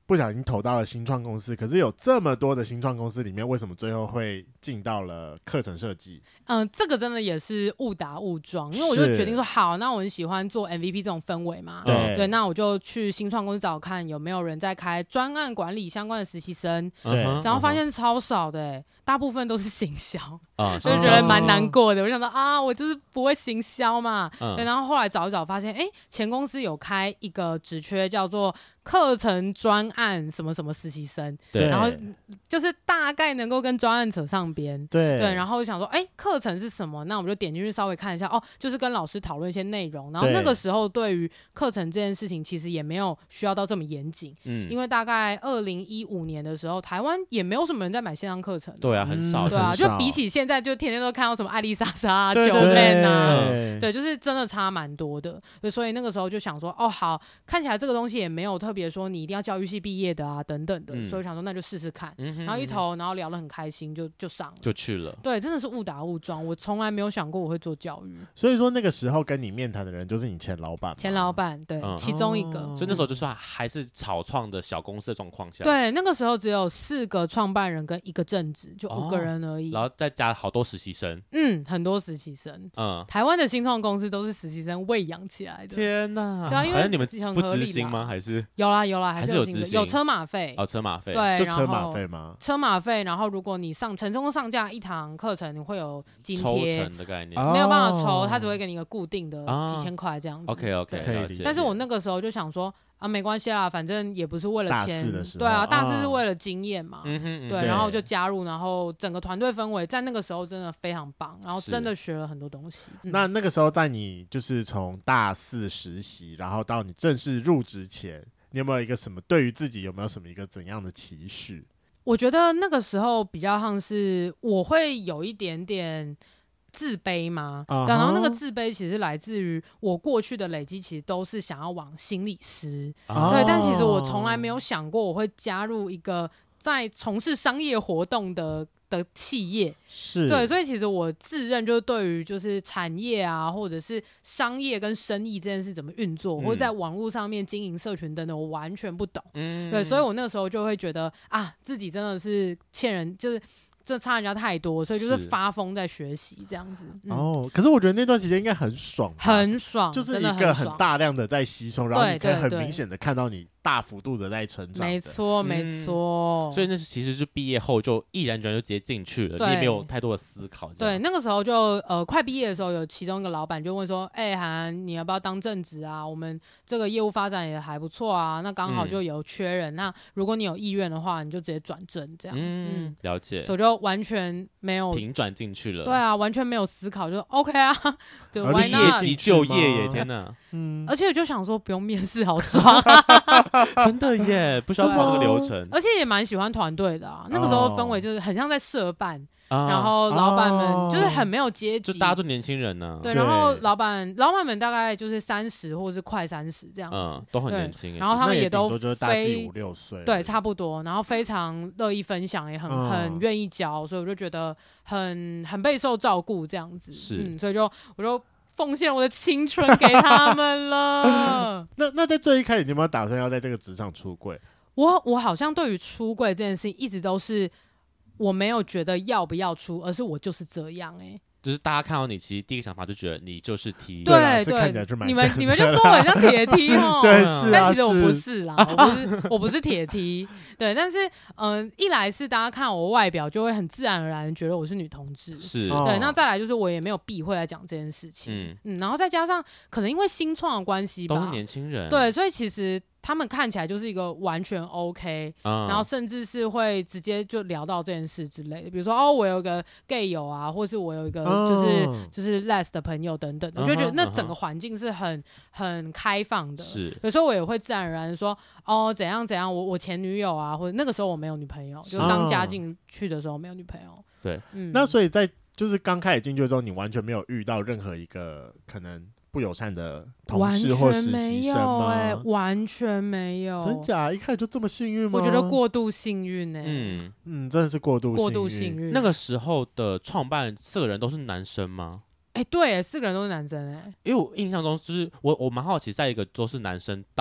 不小心投到了新创公司，可是有这么多的新创公司里面，为什么最后会进到了课程设计？ 嗯，这个真的也是误打误撞，因为我就决定说，好，那我很喜欢做 M V P 这种氛围嘛， 对对，那我就去新创公司找看有没有人在开专案管理相关的实习生， 对， 然后发现超少的、欸，大部分都是行销， 嗯， 就觉得蛮难过的。我想说啊，我就是不会行销嘛， 嗯、 对，然后后来找一找，发现哎、欸，前公司有开一个职缺叫做课程专案什么什么实习生， 对， 然后就是大概能够跟专案扯上边， 对对，然后就想说，哎、欸，课程是什么？那我们就点进去稍微看一下，哦，就是跟老师讨论一些内容。然后那个时候对于课程这件事情，其实也没有需要到这么严谨，嗯，因为大概二零一五年的时候，台湾也没有什么人在买线上课程， 对啊，很少， 对啊， 嗯、 就比起现在，就天天都看到什么艾丽莎莎啊、九妹啊，对，就是真的差蛮多的。所以那个时候就想说，哦，好，看起来这个东西也没有特别说你一定要教育系毕业的啊，等等的，嗯、所以我想说那就试试看。嗯、然后一投，然后聊得很开心，就就上了， 就去了。 对，真的是误打误撞，我从来没有想过我会做教育。 所以说那个时候跟你面谈的人就是你前老板， 前老板对、嗯，其中一个。 所以那时候就是还是草创的小公司的状况下。 对，那个时候只有四个创办人跟一个正职，就五个人而已。 哦、然后再加好多实习生。 嗯，很多实习生。嗯，台湾的新创公司都是实习生喂养起来的。 天哪！ 对啊，因为你们不知薪吗？还是有啦有啦，还是有薪水，有车马费。 哦，车马费。 对， 就车马费吗？ 车马费，然后如果你上成功上架一堂课程，你会有津贴。 抽成的概念。 没有办法抽，他只会给你一个固定的几千块这样子。 OK OK， 可以理解。 但是我那个时候就想说。啊，没关系啦，反正也不是为了钱， 对啊，大四是为了经验嘛， 嗯哼嗯对，然后就加入，然后整个团队氛围在那个时候真的非常棒，然后真的学了很多东西。 那那个时候在你就是从大四实习，然后到你正式入职前，你有没有一个什么对于自己有没有什么一个怎样的期许？ 我觉得那个时候比较像是我会有一点点。自卑吗？ Uh-huh. 然后那个自卑其实来自于我过去的累积，其实都是想要往心理师， uh-huh. 对，但其实我从来没有想过我会加入一个在从事商业活动的的企业， 是对，所以其实我自认就是对于就是产业啊，或者是商业跟生意这件事怎么运作，嗯、或者在网络上面经营社群等等，我完全不懂，嗯，对，所以我那个时候就会觉得啊，自己真的是欠人，就是这差人家太多，所以就是发疯在学习这样子。嗯、 哦，可是我觉得那段时间应该很爽， 很爽， 就是一个很大量的在吸收，然后你可以很明显的看到你大幅度的在成长。 没错，没错、 嗯。所以那是其实是毕业后就毅然决然就直接进去了，你也没有太多的思考。 对，那个时候就呃快毕业的时候，有其中一个老板就问说：“哎、欸，涵，你要不要当正职啊？我们这个业务发展也还不错啊，那刚好就有缺人、嗯，那如果你有意愿的话，你就直接转正这样。嗯” 嗯，了解。 所以我就完全没有平转进去了。 对啊，完全没有思考，就 OK 啊，对， 而且业绩就业耶，天哪！ 嗯，而且我就想说不用面试，好爽、啊， 真的耶，不需要跑那个流程。 而且也蛮喜欢团队的啊，那个时候氛围就是很像在社办。啊、然后老板们就是很没有阶级， 就大家都年轻人呢、啊。 对，然后老板老板们大概就是三十或者是快三十这样子、 嗯，都很年轻。 然后他们也都非五六岁， 对，差不多。然后非常乐意分享，也很、嗯、很愿意教，所以我就觉得很很备受照顾这样子。 是， 嗯，所以就我就奉献我的青春给他们了。 那那在最一开始，你有没有打算要在这个职场出柜？ 我我好像对于出柜这件事情一直都是。我没有觉得要不要出，而是我就是这样哎、欸， 就是大家看到你，其实第一个想法就觉得你就是 T， 对对， 你们你们就说我很像铁 T 哦， 对是啊， 但其实我不是啦，我不是我不是铁 T， 对，但是嗯、呃，一来是大家看我外表就会很自然而然觉得我是女同志， 是对，那再来就是我也没有避讳来讲这件事情，嗯嗯，然后再加上可能因为新创的关系吧， 都是年轻人， 对，所以其实。他们看起来就是一个完全 OK，、嗯、然后甚至是会直接就聊到这件事之类的，比如说哦，我有一个 gay 友啊，或是我有一个就是、哦、就是 les 的朋友等等的，我、嗯、就觉得那整个环境是很很开放的。 是， 有时候我也会自然而然说哦怎样怎样，我我前女友啊，或者那个时候我没有女朋友，就刚加进去的时候没有女朋友。 对， 嗯， 那所以在就是刚开始进去的时候，你完全没有遇到任何一个可能。不友善的同事或实习生吗？ 欸、完全没有， 真假？一开始就这么幸运吗？ 我觉得过度幸运呢、欸。 嗯嗯，真的是过度过度幸运。 那个时候的创办四个人都是男生吗？ 哎、欸，对，四个人都是男生哎、欸。 因为我印象中就是我我蛮好奇，在一个都是男生当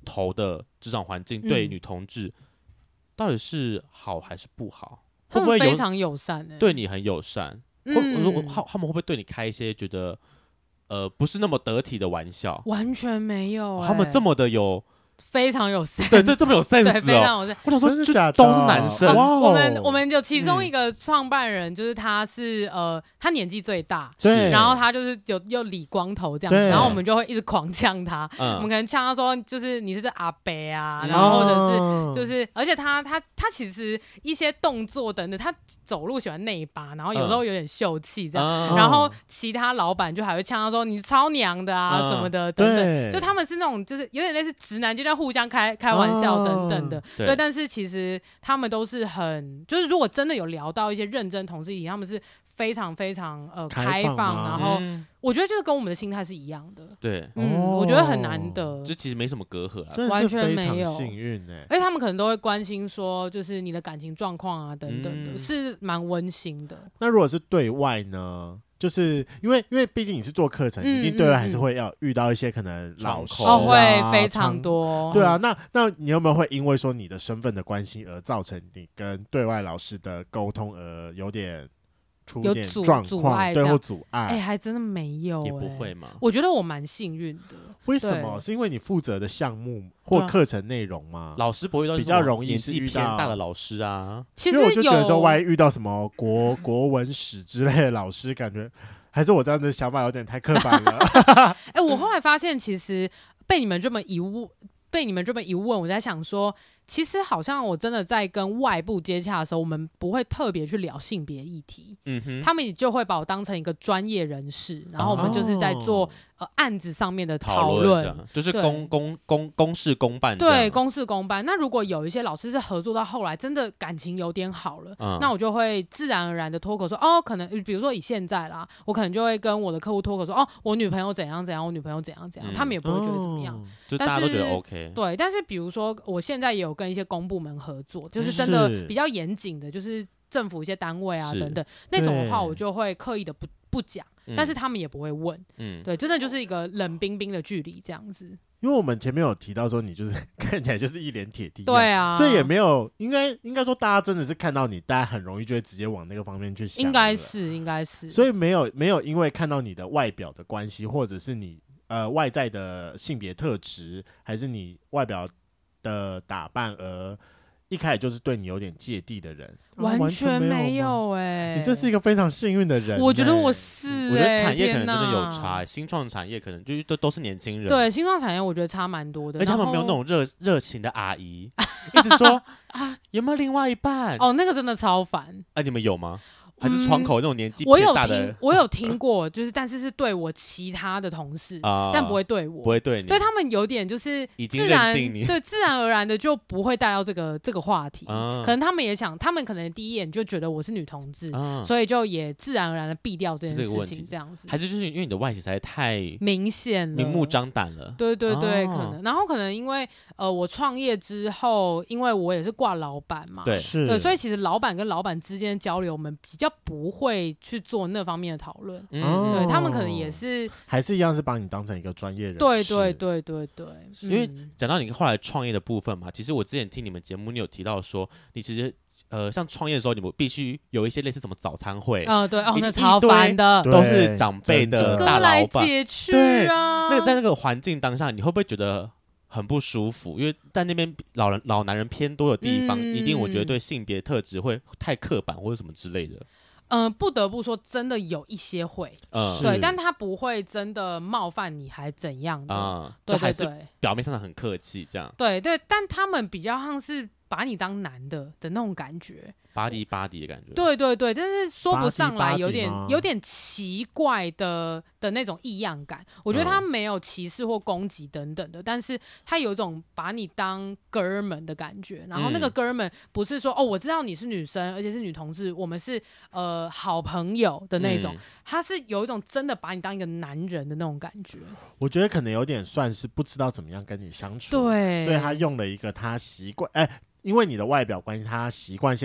头的职场环境对女同志到底是好还是不好？会不会非常友善、欸？对你很友善？ 嗯、 会他们会不会对你开一些觉得呃不是那么得体的玩笑？ 完全没有、欸， 他们这么的有。 非常有 sense， 对对，这么有 sense， 对，非常有 sense。 我想说， 真的假的？ 都是男生。 哦、我们我们有其中一个创办人，就是他是呃，他年纪最大， 对， 然后他就是有有理光头这样子，然后我们就会一直狂呛他，嗯、我们可能呛他说，就是你是这阿伯啊，然后或者是就是，而且他他他其实一些动作等等，他走路喜欢内八，然后有时候有点秀气这样，嗯、然后其他老板就还会呛他说你超娘的啊、嗯、什么的等等，就他们是那种就是有点类似直男，就叫互相开开。开玩笑等等的，哦、对, 对，但是其实他们都是很，就是如果真的有聊到一些认真同志议题，他们是非常非常呃开放，开放然后、嗯、我觉得就是跟我们的心态是一样的， 对， 嗯，哦、我觉得很难得， 就其实没什么隔阂啦， 完全没有， 幸运哎， 而且他们可能都会关心说，就是你的感情状况啊等等的，嗯、是蛮温馨的。 那如果是对外呢？就是因为，因为毕竟你是做课程，嗯、一定对外还是会要遇到一些可能老师、啊、 哦，会非常多。 对啊，那那你有没有会因为说你的身份的关系而造成你跟对外老师的沟通而有点出点状况，对或阻碍？ 哎、欸，还真的没有、欸， 也不会吗？ 我觉得我蛮幸运的。 为什么？是因为你负责的项目或课程内容吗？ 老师不会遇到比较容易年纪偏大的老师啊。 其实我就觉得说，万一遇到什么国国文史之类的老师，感觉还是我这样的想法有点太刻板了。 哎欸，我后来发现，其实被你们这么一问，被你们这么一问，我在想说。其实好像我真的在跟外部接洽的时候，我们不会特别去聊性别议题，嗯哼，他们就会把我当成一个专业人士，然后我们就是在做、哦、呃案子上面的讨论， 就是公公公公事公办， 对，公事公办。那如果有一些老师是合作到后来真的感情有点好了，嗯、那我就会自然而然的脱口说，哦，可能比如说以现在啦，我可能就会跟我的客户脱口说，哦，我女朋友怎样怎样，我女朋友怎样怎样，嗯、他们也不会觉得怎么样，哦、 就大家都觉得 OK。 对，但是比如说我现在也有跟一些公部门合作，就是真的比较严谨的，就是政府一些单位啊等等那种的话，我就会刻意的不不讲，但是他们也不会问，嗯，对，真的就是一个冷冰冰的距离这样子。 因为我们前面有提到说你就是看起来就是一脸铁地， 对啊， 所以也没有应该应该说大家真的是看到你，大家很容易就会直接往那个方面去想， 应该是应该是， 所以没有没有因为看到你的外表的关系，或者是你呃外在的性别特质，还是你外表的打扮而一开始就是对你有点芥蒂的人， 完全没有哎、欸， 你这是一个非常幸运的人、欸。 我觉得我是、欸， 我觉得产业可能真的有差、欸，新创产业可能就是都都是年轻人。 对，新创产业我觉得差蛮多的， 而且他们没有那种热热情的阿姨，一直说啊有没有另外一半？ 哦，那个真的超烦。 哎、啊，你们有吗？还是窗口那种年纪偏大的、 嗯、我有听，我有听过，就是但是是对我其他的同事，呃、但不会对我， 不会对你， 对他们有点就是自然，对自然而然的就不会带到这个这个话题、呃。可能他们也想，他们可能第一眼就觉得我是女同志，呃、所以就也自然而然的避掉这件事情，这样子。 还是就是因为你的外形实在太明显了， 明目张胆了。 对对对， 哦、 可能。然后可能因为呃，我创业之后，因为我也是挂老板嘛， 对， 对，所以其实老板跟老板之间的交流，我们比较不会去做那方面的讨论，嗯，对他们可能也是还是一样是把你当成一个专业人士， 对对对对对， 因为讲到你后来创业的部分嘛，其实我之前听你们节目，你有提到说，你其实呃像创业的时候，你们必须有一些类似什么早餐会， 嗯、呃，对，哦，那超烦的， 都是长辈的大老板， 解去啊， 对，那个在那个环境当下，你会不会觉得很不舒服？因为在那边老人老男人偏多的地方，嗯、一定我觉得对性别特质会太刻板或者什么之类的。 嗯、呃，不得不说，真的有一些会，嗯、对，但他不会真的冒犯你，还怎样的，嗯、对对对， 表面上的很客气这样， 对对，但他们比较像是把你当男的的那种感觉。 巴迪巴迪的感觉， 对对对，但是说不上来，有点有点奇怪的的那种异样感。我觉得他没有歧视或攻击等等的，嗯、但是他有一种把你当哥们的感觉。然后那个哥们不是说、嗯、哦，我知道你是女生，而且是女同志，我们是呃好朋友的那种。嗯、他是有一种真的把你当一个男人的那种感觉。 我觉得可能有点算是不知道怎么样跟你相处， 对， 所以他用了一个他习惯哎。因为你的外表关系，他习惯性说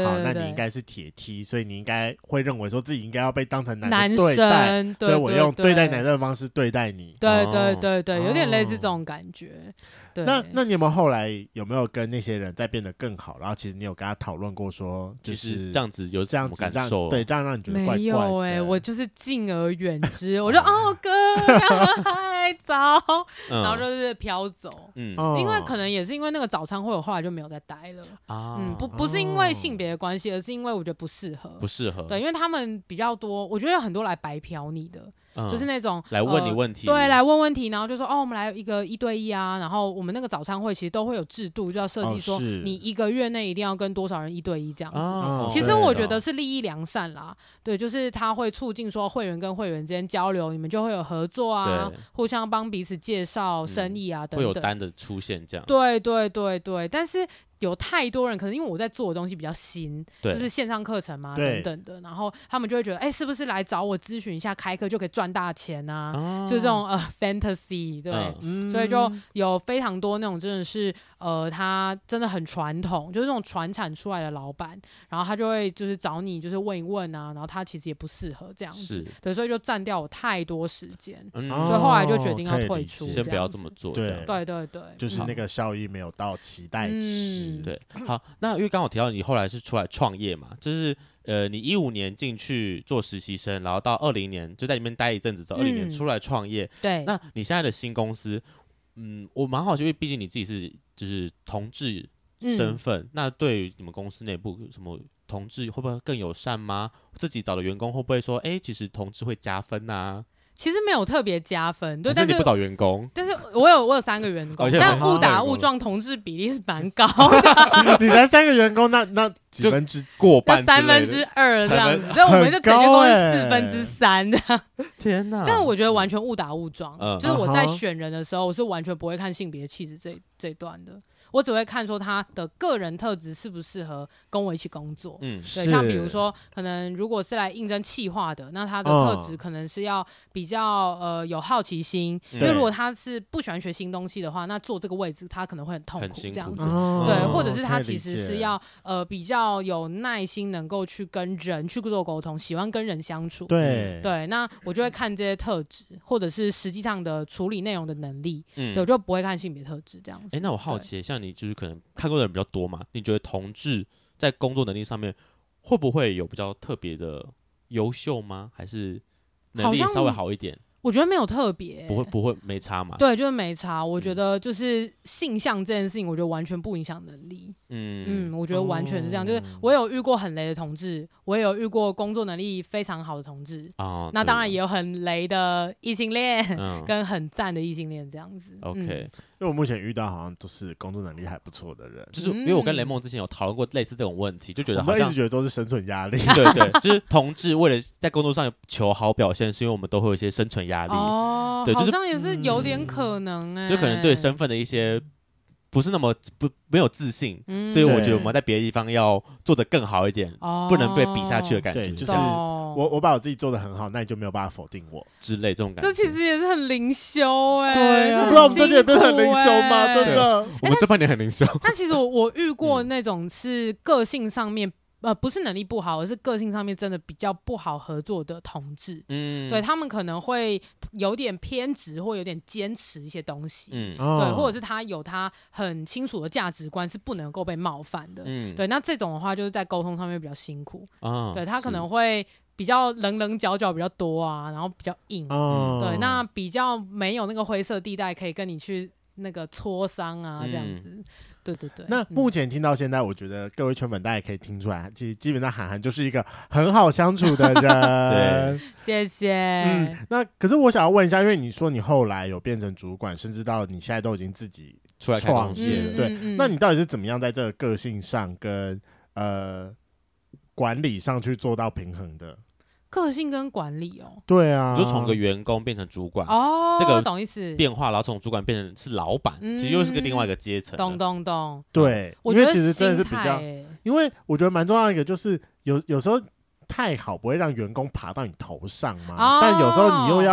好，那你应该是铁 T， 所以你应该会认为说自己应该要被当成男的对待， 男生， 所以我用对待男生的方式对待你。 对对对对，有点类似这种感觉。对， 那那你有没有后来有没有跟那些人在变得更好？然后其实你有跟他讨论过说，就是这样子有这样子感受， 对，这样让你觉得怪怪的。 没有哎、欸，我就是敬而远之，我就哦哥呀，嗨早，然后就是飘走。嗯，因为可能也是因为那个早餐会，我后来就没有再待了。啊，嗯，不不是因为性别的关系，而是因为我觉得不适合， 不适合。 对，因为他们比较多，我觉得有很多来白嫖你的。嗯、就是那种来问你问题、 呃，对，来问问题，然后就说哦，我们来一个一对一啊，然后我们那个早餐会其实都会有制度，就要设计说你一个月内一定要跟多少人一对一这样子。哦、其实我觉得是利益良善啦，对，就是它会促进说会员跟会员之间交流，你们就会有合作啊，互相帮彼此介绍生意啊、嗯、等等， 会有单的出现这样。 对对对对，但是。有太多人，可能因为我在做的东西比较新，就是线上课程嘛等等的，然后他们就会觉得，哎、欸，是不是来找我咨询一下开课就可以赚大钱啊？哦、就是这种呃 fantasy， 对、嗯，所以就有非常多那种真的是呃，他真的很传统，就是那种传产出来的老板，然后他就会就是找你就是问一问啊，然后他其实也不适合这样子，对，所以就占掉我太多时间、嗯，所以后来就决定要退出， 先不要这么做， 对对对对， 就是那个效益没有到期待值。 嗯对，好，那因为刚好提到你后来是出来创业嘛，就是呃，你一五年进去做实习生，然后到二零年就在里面待一阵子之后，二零年出来创业。 对， 那你现在的新公司，嗯，我蛮好奇，因为毕竟你自己是就是同志身份，嗯、那对于你们公司内部什么同志会不会更友善吗？自己找的员工会不会说，哎、欸，其实同志会加分啊？ 其实没有特别加分，对， 但是你不找员工， 但是我有我有三个员工，但误打误撞同志比例是蛮高的。 你才三个员工，那那几分之几过半， 三分之二这样子，所以我们就整间公司四分之三这样。 天哪！ 但是我觉得完全误打误撞，嗯、就是我在选人的时候，我是完全不会看性别气质这这一段的。我只会看说他的个人特质适不适合跟我一起工作，嗯，对，像比如说，可能如果是来应征企划的，那他的特质可能是要比较呃有好奇心，因为如果他是不喜欢学新东西的话，那做这个位置他可能会很痛苦这样子，对，或者是他其实是要呃比较有耐心，能够去跟人去做沟通，喜欢跟人相处， 对对，那我就会看这些特质，或者是实际上的处理内容的能力，嗯，对，我就不会看性别特质这样子。 哎，那我好奇，像你就是可能看过的人比较多嘛？你觉得同志在工作能力上面会不会有比较特别的优秀吗？还是能力稍微好一点？ 我觉得没有特别、欸， 不会不会没差嘛？ 对，就是没差。我觉得就是性向这件事情，我觉得完全不影响能力。嗯嗯，我觉得完全是这样。哦、就是我有遇过很雷的同志，我也有遇过工作能力非常好的同志。哦，那当然也有很雷的异性恋，嗯、跟很赞的异性恋这样子。 OK，、嗯、 因为我目前遇到好像都是工作能力还不错的人， 就是因为我跟雷梦之前有讨论过类似这种问题，就觉得好像我们一直觉得都是生存压力。 对对，就是同志为了在工作上求好表现，是因为我们都会有一些生存压力。 哦。对，就是、好像也是有点可能哎、欸， 就可能对身份的一些不是那么不没有自信、嗯，所以我觉得我们在别的地方要做得更好一点，哦、不能被比下去的感觉。 对，就是我我把我自己做得很好，那你就没有办法否定我之类这种感觉。 这其实也是很灵修哎、欸， 对啊，不知道我们最近也变得很灵修吗？真的， 我们这半年很灵修。 那其实我我遇过那种是个性上面。呃，不是能力不好，而是个性上面真的比较不好合作的同志。嗯，对他们可能会有点偏执，或有点坚持一些东西。嗯，对，或者是他有他很清楚的价值观，是不能够被冒犯的。嗯，对，那这种的话就是在沟通上面比较辛苦。哦、对他可能会比较棱棱角角比较多啊，然后比较硬。哦、对，那比较没有那个灰色地带可以跟你去那个磋商啊，这样子。嗯，对对对， 那目前听到现在，我觉得各位圈粉大家也可以听出来，其实基本上涵涵就是一个很好相处的人。 对， 谢谢。 嗯，那可是我想要问一下，因为你说你后来有变成主管，甚至到你现在都已经自己出来创业了，对、嗯嗯嗯，那你到底是怎么样在这个个性上跟呃管理上去做到平衡的？ 个性跟管理哦， 对啊， 就从个员工变成主管哦， 这个懂意思变化，然后从主管变成是老板，嗯、其实又是个另外一个阶层。 懂懂懂， 对， 我觉得因为其实真的是比较，因为我觉得蛮重要的一个就是有有时候太好不会让员工爬到你头上嘛，哦、但有时候你又要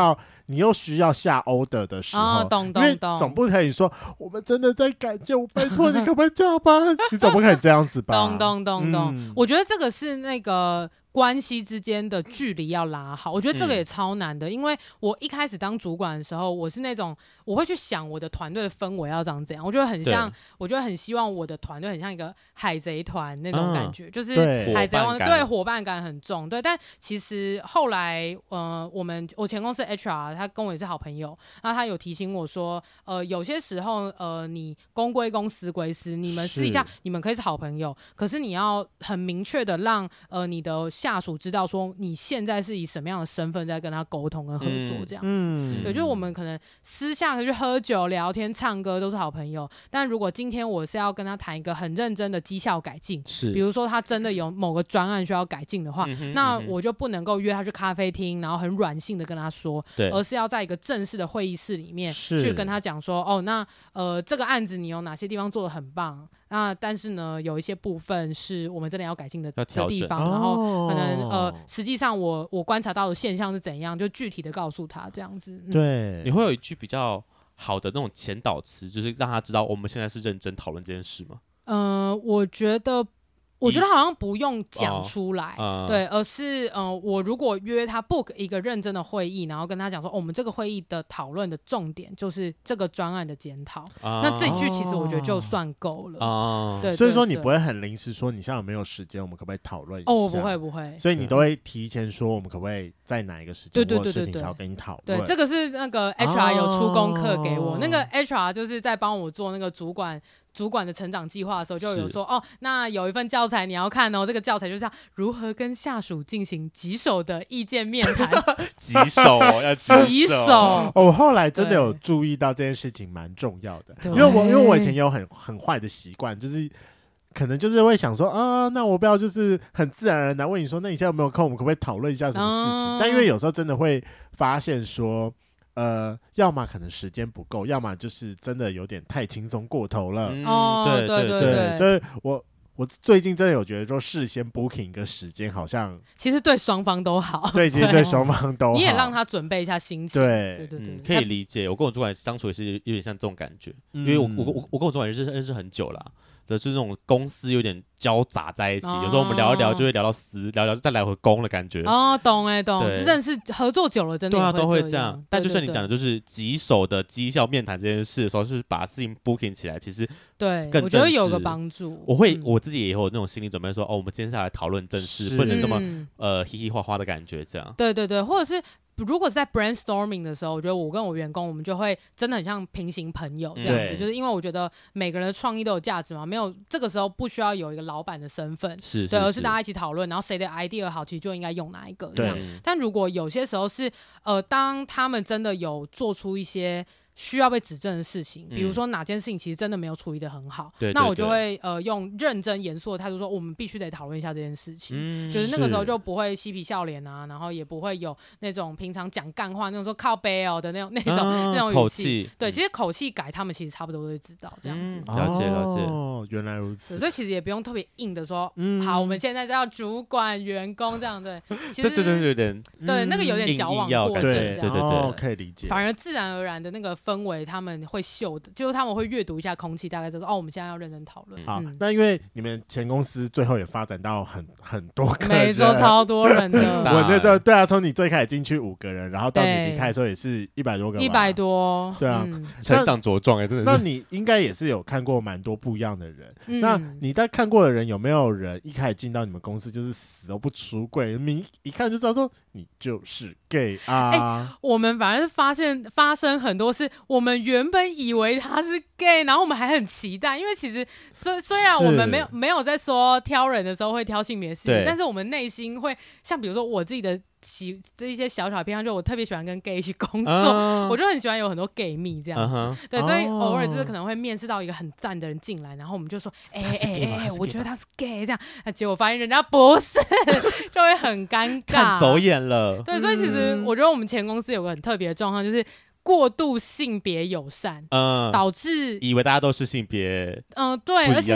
你又需要下 order 的时候， 哦、懂懂懂， 因为总不可以说我们真的在赶件，我拜托你可不可以加班？你总不可以这样子吧？ 懂懂懂懂、 嗯， 我觉得这个是那个。关系之间的距离要拉好，我觉得这个也超难的、嗯、因为我一开始当主管的时候，我是那种我会去想我的团队的氛围要长怎样，我觉得很像，我觉得很希望我的团队很像一个海贼团那种感觉、嗯、就是海贼王对伙伴感很重，对，但其实后来呃，我们我前公司 H R 他跟我也是好朋友，然后他有提醒我说，呃，有些时候呃，你公归公私归私，你们私底下你们可以是好朋友，可是你要很明确的让呃你的下属知道说你现在是以什么样的身份在跟他沟通跟合作这样子、嗯嗯、对，就是我们可能私下可以去喝酒聊天唱歌都是好朋友，但如果今天我是要跟他谈一个很认真的绩效改进，是比如说他真的有某个专案需要改进的话、嗯、那我就不能够约他去咖啡厅然后很软性的跟他说，而是要在一个正式的会议室里面去跟他讲说，哦，那呃这个案子你有哪些地方做得很棒，那但是呢有一些部分是我们真的要改进 的, 的地方、哦、然后可能呃实际上我我观察到的现象是怎样，就具体的告诉他这样子、嗯、 对， 你会有一句比较好的那种前导词，就是让他知道我们现在是认真讨论这件事吗？ 嗯、呃，我觉得我觉得好像不用讲出来、哦嗯、对，而是呃，我如果约他 book 一个认真的会议，然后跟他讲说、哦、我们这个会议的讨论的重点就是这个专案的检讨、哦、那这一句其实我觉得就算够了、哦、对， 所以说你不会很临时说你现在有没有时间，我们可不可以讨论一下？ 哦，我不会不会， 所以你都会提前说我们可不可以在哪一个时间或者事情想要跟你讨论。 对，这个是那个 H R 有出功课给我、哦、那个 H R 就是在帮我做那个主管主管的成长计划的时候就有说，哦，那有一份教材你要看哦，这个教材就是如何跟下属进行棘手的意见面谈。 棘手哦，要棘手、哦、 我后来真的有注意到这件事情蛮重要的，因为我因为我以前有很很坏的习惯，就是可能就是会想说啊，那我不要就是很自然而然问你说，那你现在有没有空，我们可不可以讨论一下什么事情、嗯、但因为有时候真的会发现说呃，要么可能时间不够，要么就是真的有点太轻松过头了。 嗯、哦，对对 对, 对, 对， 所以我我最近真的有觉得说，事先 booking 一个时间，好像其实对双方都好。 对，其实对双方都好。 你也让他准备一下心情。 对对对对、 嗯，可以理解。我跟我主管相处也是有点像这种感觉，嗯、因为我我我我跟我主管认识认识很久了、啊。的就是那种公司有点交杂在一起、哦，有时候我们聊一聊就会聊到私，聊聊再来回公的感觉。 哦，懂哎，懂，真的是合作久了，真的对啊会都会这样。 对对对， 但就像你讲的，就是棘手的绩效面谈这件事的时候，就是把事情 booking 起来，其实对， 更我觉得有个帮助。 我会、嗯、我自己也有那种心理准备说，哦，我们今天下来讨论正事，不能这么、嗯、呃嘻嘻哈哈的感觉，这样。 对对对，或者是。如果是在 brainstorming 的时候，我觉得我跟我员工，我们就会真的很像平行朋友这样子，就是因为我觉得每个人的创意都有价值嘛，没有这个时候不需要有一个老板的身份， 是是对，而是大家一起讨论，然后谁的 idea 好，其实就应该用哪一个这样。但如果有些时候是呃，当他们真的有做出一些需要被指正的事情，比如说哪件事情其实真的没有处理得很好，嗯、那我就会呃用认真严肃的态度说，我们必须得讨论一下这件事情、嗯，就是那个时候就不会嬉皮笑脸啊，然后也不会有那种平常讲干话那种说靠背哦的那种那种、啊、那种语气，对，其实口气改他们其实差不多都会知道这样子。 嗯、了解了解， 哦，原来如此。 所以其实也不用特别硬的说，嗯，好，我们现在是要主管员工这样，对，其实这这有点对、嗯、那个有点矫枉过正这样， 对对对对、哦，可以理解。 反而自然而然的那个氛围，他们会嗅的，就是他们会阅读一下空气，大概知道哦，我们现在要认真讨论。 好、嗯，那因为你们前公司最后也发展到很很多个人， 没错，超多人的。 我那时候对啊，从你最开始进去五个人，然后到你离开的时候也是一百多个， 一百多， 对啊， 嗯、成长茁壮哎，真的是。 那你应该也是有看过蛮多不一样的人、嗯。那你在看过的人有没有人一开始进到你们公司就是死都不出柜，明一看就知道说你就是 gay 啊？ 欸、我们反而是发现发生很多事，我们原本以为他是 gay， 然后我们还很期待，因为其实虽虽然我们没有没有在说挑人的时候会挑性别事情，但是我们内心会像比如说我自己的喜这一些小小偏向，就我特别喜欢跟 gay 一起工作，uh, 我就很喜欢有很多 gay 蜜这样子， uh-huh. 对，所以偶尔就是可能会面试到一个很赞的人进来，然后我们就说，哎哎哎，我觉得他是 gay 这样，结果发现人家不是，就会很尴尬， 看走眼了。 对，所以其实我觉得我们前公司有个很特别的状况，就是过度性别友善，嗯，导致以为大家都是性别， 嗯、呃，对，而且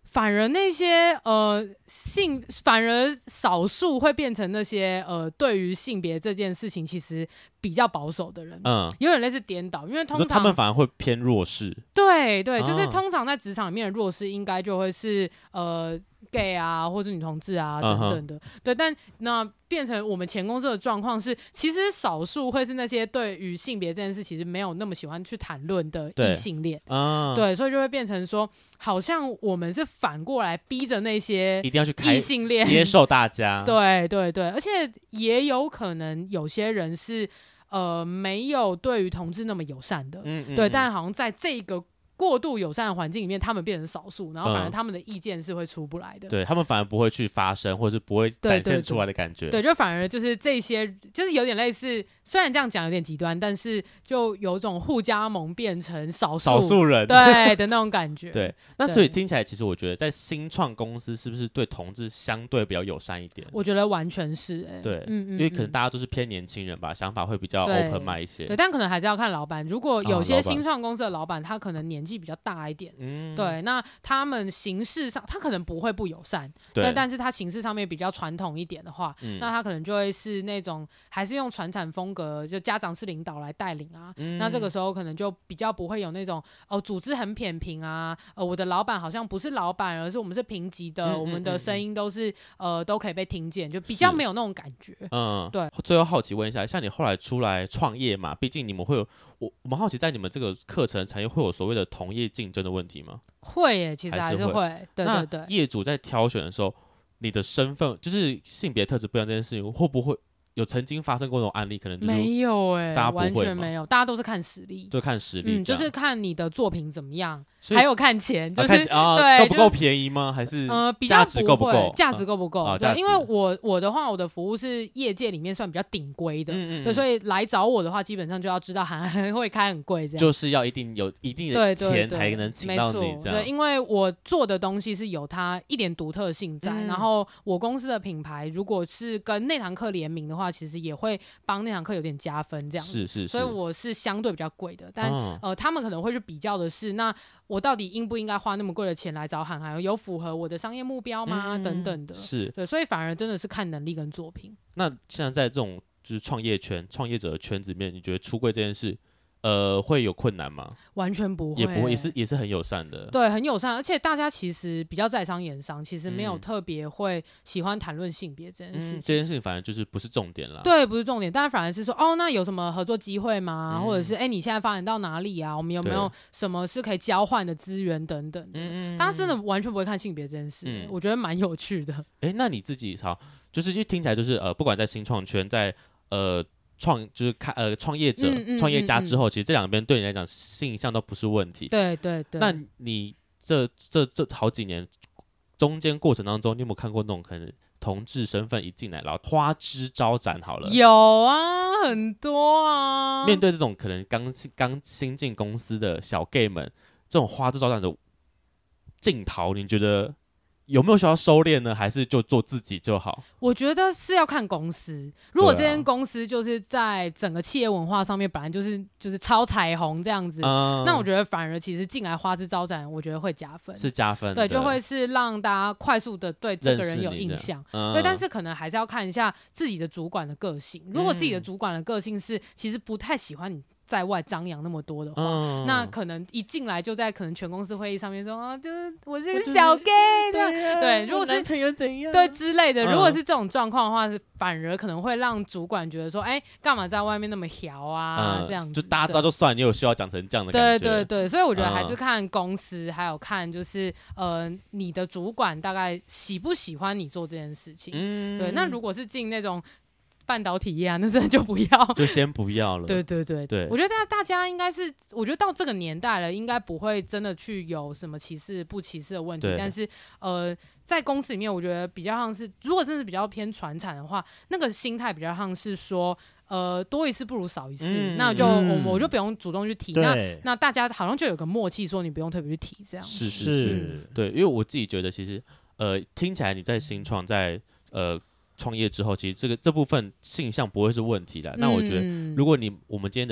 反而那些呃性，反而少数会变成那些呃对于性别这件事情其实比较保守的人，嗯，有点类似颠倒，因为通常他们反而会偏弱势， 对对，就是通常在职场里面的弱势应该就会是呃 gay 啊，或者女同志啊等等的， uh-huh. 对，但那变成我们前公司的状况是，其实少数会是那些对于性别这件事其实没有那么喜欢去谈论的异性恋，对, uh. 对，所以就会变成说，好像我们是反过来逼着那些一定要去异性恋接受大家， 对对对，而且也有可能有些人是呃没有对于同志那么友善的，嗯嗯嗯对，但好像在这个过度友善的环境里面，他们变成少数，然后反而他们的意见是会出不来的， 嗯、对他们反而不会去发声，或者是不会展现出来的感觉。 对, 对, 对, 对，就反而就是这些，就是有点类似，虽然这样讲有点极端，但是就有种互加盟变成少数少数人对的那种感觉。 对，那所以听起来，其实我觉得在新创公司是不是对同志相对比较友善一点？ 我觉得完全是、欸， 对，嗯嗯，因为可能大家都是偏年轻人吧，想法会比较 open mind 一些。 对，但可能还是要看老板。如果有些新创公司的老板，他可能年纪比较大一点。嗯，对，那他们形式上，他可能不会不友善，对，但是他形式上面比较传统一点的话、嗯，那他可能就会是那种还是用传产风格，就家长式领导来带领啊、嗯。那这个时候可能就比较不会有那种哦，组织很扁平啊，呃，我的老板好像不是老板，而是我们是平级的，嗯、我们的声音都是呃都可以被听见，就比较没有那种感觉。嗯，对。 最后好奇问一下，像你后来出来创业嘛，毕竟你们会有。我我们好奇，在你们这个课程产业会有所谓的同业竞争的问题吗？ 会耶，其实还是会。是会对对对。 业主在挑选的时候，你的身份就是性别特质不一样这件事情，会不会有曾经发生过那种案例？可能就是没有哎、欸， 大家不会完全没有，大家都是看实力， 就看实力， 嗯，就是看你的作品怎么样，还有看钱，就是、 啊、 对够不够便宜吗？还是呃比较价值够不够？ 价值够不够？ 啊、 对，因为我我的话，我的服务是业界里面算比较顶规的，嗯嗯嗯，所以来找我的话，基本上就要知道还会开很贵，这样就是要一定有一定的钱才能请到你这样。 对，因为我做的东西是有它一点独特性在、嗯，然后我公司的品牌如果是跟那堂课联名的话，其实也会帮那堂课有点加分，这样是是是， 所以我是相对比较贵的，但、哦、呃，他们可能会去比较的是，那我到底应不应该花那么贵的钱来找韩寒，有符合我的商业目标吗？嗯、等等的， 是对，所以反而真的是看能力跟作品。 那现在在这种就是创业圈、创业者的圈子里面，你觉得出柜这件事？呃，会有困难吗？ 完全不会， 也不会，也是也是很友善的。 对，很友善，而且大家其实比较在商言商，其实没有特别会喜欢谈论性别这件事情、嗯。 这件事情反而就是不是重点啦。 对，不是重点，但反而是说，哦，那有什么合作机会吗？嗯、或者是，哎、欸，你现在发展到哪里啊？我们有没有什么是可以交换的资源等等的？嗯，大家真的完全不会看性别这件事、嗯，我觉得蛮有趣的。 哎、欸，那你自己好，就是就听起来就是呃，不管在新创圈，在呃。创就是开呃创业者、嗯、创业家之后、嗯嗯，其实这两边对你来讲性向都不是问题。 对对对。 那你这这这好几年中间过程当中，你有没有看过那种可能同志身份一进来，然后花枝招展好了？ 有啊，很多啊。 面对这种可能刚刚新进公司的小 gay 们，这种花枝招展的镜头，你觉得？有没有需要收敛呢？还是就做自己就好？ 我觉得是要看公司。如果这间公司就是在整个企业文化上面本来就是就是超彩虹这样子、嗯，那我觉得反而其实进来花枝招展，我觉得会加分， 是加分， 对，就会是让大家快速的对这个人有印象。 嗯、 对，但是可能还是要看一下自己的主管的个性。如果自己的主管的个性是其实不太喜欢你在外张扬那么多的话、嗯，那可能一进来就在可能全公司会议上面说啊，就是我是个小 gay 的，对,、啊、对，如果是男朋友怎样， 对之类的、嗯，如果是这种状况的话，反而可能会让主管觉得说，哎、欸，干嘛在外面那么摇啊、嗯，这样子， 就大家知道就算，你有需要讲成这样的感觉， 对对对，所以我觉得还是看公司，嗯、还有看就是呃你的主管大概喜不喜欢你做这件事情，嗯，对，那如果是进那种。半导体业啊，那真的就不要， 就先不要了。 对对对对，我觉得大大家应该是，我觉得到这个年代了，应该不会真的去有什么歧视不歧视的问题。但是呃，在公司里面，我觉得比较像是，如果真的是比较偏传产的话，那个心态比较像是说，呃，多一事不如少一事，嗯、那就、嗯、我我就不用主动去提。那那大家好像就有个默契，说你不用特别去提这样。 是是是、嗯，对，因为我自己觉得，其实呃，听起来你在新创在呃。创业之后，其实这个这部分性向不会是问题的、嗯。那我觉得，如果你我们今天的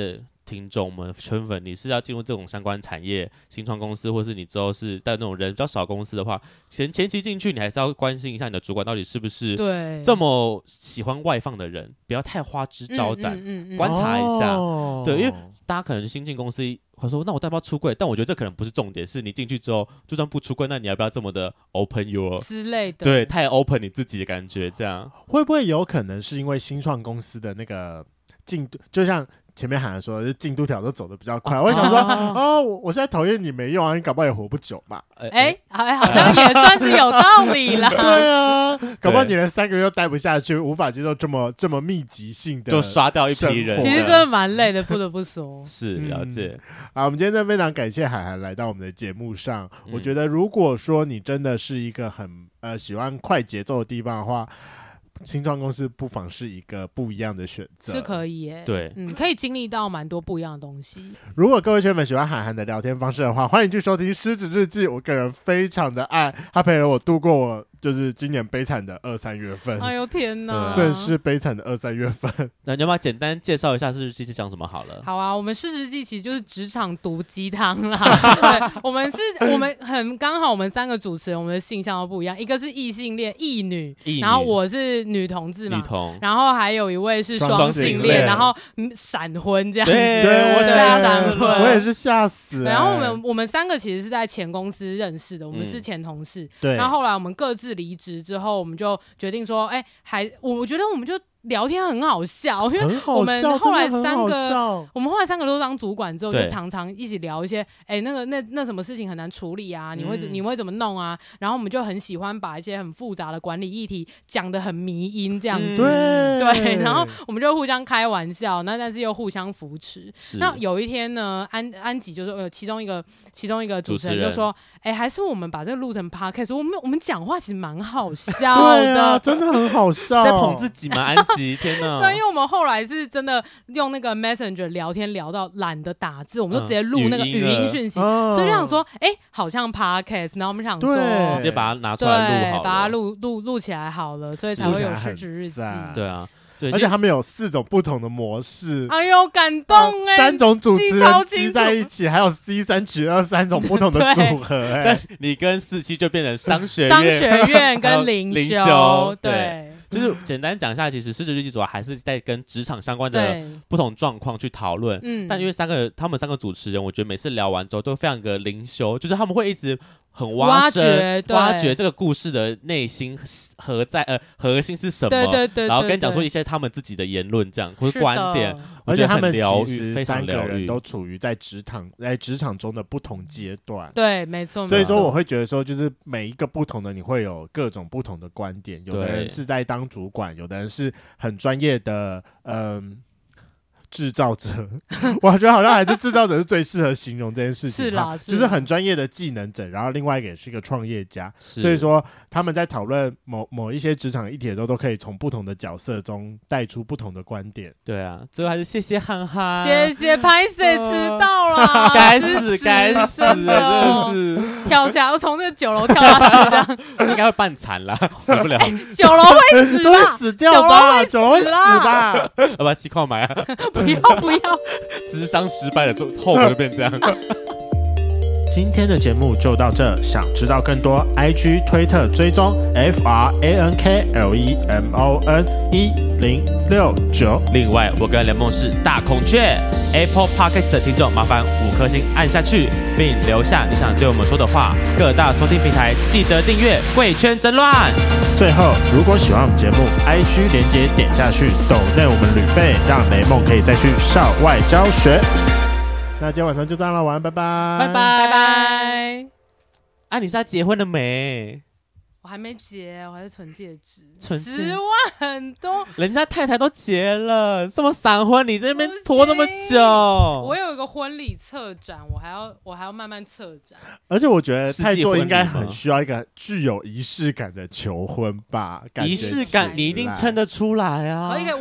听众们圈粉，你是要进入这种相关产业新创公司，或是你之后是在那种人比较少公司的话，前前期进去你还是要关心一下你的主管到底是不是这么喜欢外放的人，不要太花枝招展，嗯嗯嗯嗯、观察一下、哦、对，因为大家可能新进公司会说那我要不要出柜，但我觉得这可能不是重点，是你进去之后就算不出柜，那你要不要这么的 open your 之类的， 对，太 open 你自己的感觉，这样会不会有可能是因为新创公司的那个进度，就像前面喊的说，进度条都走得比较快，哦、我会想说，哦，我我现在讨厌你没用啊，你搞不好也活不久嘛。 哎、欸欸，好像也算是有道理啦。 对啊，搞不好你连三个月都待不下去，无法接受这么这么密集性的， 就刷掉一批人。 其实真的蛮累的，不得不说。 是，了解。 嗯、好，我们今天真的非常感谢海涵来到我们的节目上。嗯、我觉得，如果说你真的是一个很呃喜欢快节奏的地方的话，新创公司不妨是一个不一样的选择， 是可以耶。 对， 嗯，可以经历到蛮多不一样的东西。 如果各位圈粉喜欢涵涵的聊天方式的话，欢迎去收听《狮子日记》，我个人非常的爱，他陪了我度过我就是今年悲惨的二三月份。 哎呦天哪， 真是悲惨的二三月份。 那你要不要简单介绍一下《狮子日记》是讲什么好了？ 好啊，我们《狮子日记》其实就是职场毒鸡汤啦。对，我们是，我们很刚好，我们三个主持人，我们的性向都不一样，一个是异性恋异女，然后我是女同志嘛， 女同， 然后还有一位是双性恋，然后闪婚这样子。 对， 对我吓闪婚， 我也是吓死、欸。 然后我们我们三个其实是在前公司认识的，我们是前同事。嗯、 对， 然后后来我们各自离职之后，我们就决定说，哎、欸，还我觉得我们就。聊天很好笑，因为我们后来三个，我们后来三个都当主管之后，就常常一起聊一些，哎、欸，那个那那什么事情很难处理啊，你会、嗯、你会怎么弄啊？然后我们就很喜欢把一些很复杂的管理议题讲得很迷因这样子， 嗯、 对, 对，然后我们就互相开玩笑，那但是又互相扶持。那有一天呢，安安吉就是呃其中一个其中一个主持人就说，哎、欸，还是我们把这个录成 podcast， 我们我们讲话其实蛮好笑的， 对啊，真的很好笑， 在捧自己嘛，安吉。天哪！ 对，因为我们后来是真的用那个 Messenger 聊天聊到懒得打字，我们就直接录那个语音讯息，嗯、所以就想说，哎、欸，好像 podcast， 然后我们想说， 直接把它拿出来录好了， 把它录录录起来好了，所以才会有狮子日记。 对啊，对， 而且他们有四种不同的模式， 哎呦，感动哎、欸！ 三种主持人集在一起，还有 C 三取二三种不同的组合、欸，哎， 你跟四期就变成商学院、 商学院跟灵修， 灵修对。 对就是简单讲一下，其实狮子日记主要还是在跟职场相关的不同状况去讨论。嗯，但因为三个他们三个主持人，我觉得每次聊完之后都非常的灵修，就是他们会一直很挖深挖掘这个故事的内心核在呃核心是什么， 对对 对, 对, 对， 然后跟讲说一些他们自己的言论这样或者观点， 而且他们疗其实愈， 三个人都处于在职场在职场中的不同阶段。 对，没错。 所以说我会觉得说，就是每一个不同的你会有各种不同的观点，有的人是在当主管，有的人是很专业的，嗯。制造者，我觉得好像还是制造者是最适合形容这件事情， 是啦， 就是很专业的技能者，然后另外一个也是一个创业家，所以说他们在讨论某某一些职场议题的时候，都可以从不同的角色中带出不同的观点。 对啊，最后还是谢谢憨憨， 谢谢拍谁迟到啦， 该死该死，真的是跳下，我从那个九楼跳下去，这样应该会半残啦，死不了。 欸、九楼会死吧？ 会死掉吧？九楼会死吧？ 要不要气矿买啊？ 不要不要， 咨商失败了之后，后果就变这样。 今天的节目就到这，想知道更多 I G 推特追踪 F R A N K L E M O N 一零六九。 另外我跟雷梦是大孔雀 Apple Podcast 的听众，麻烦五颗星按下去，并留下你想对我们说的话。各大收听平台记得订阅贵圈争乱。 最后如果喜欢我们节目 I G 连结点下去，抖内我们旅费，让雷梦可以再去校外教学。那今天晚上就这样了，晚安，拜拜， 拜拜， 拜拜。 啊，你是要结婚了没？ 我还没结，我还是存戒指， 十万很多， 人家太太都结了，这么闪婚，你这边拖那么久。 我有一个婚礼策展，我还要我还要慢慢策展。 而且我觉得泰座应该很需要一个具有仪式感的求婚吧， 仪式感你一定撑得出来啊。 可以可以。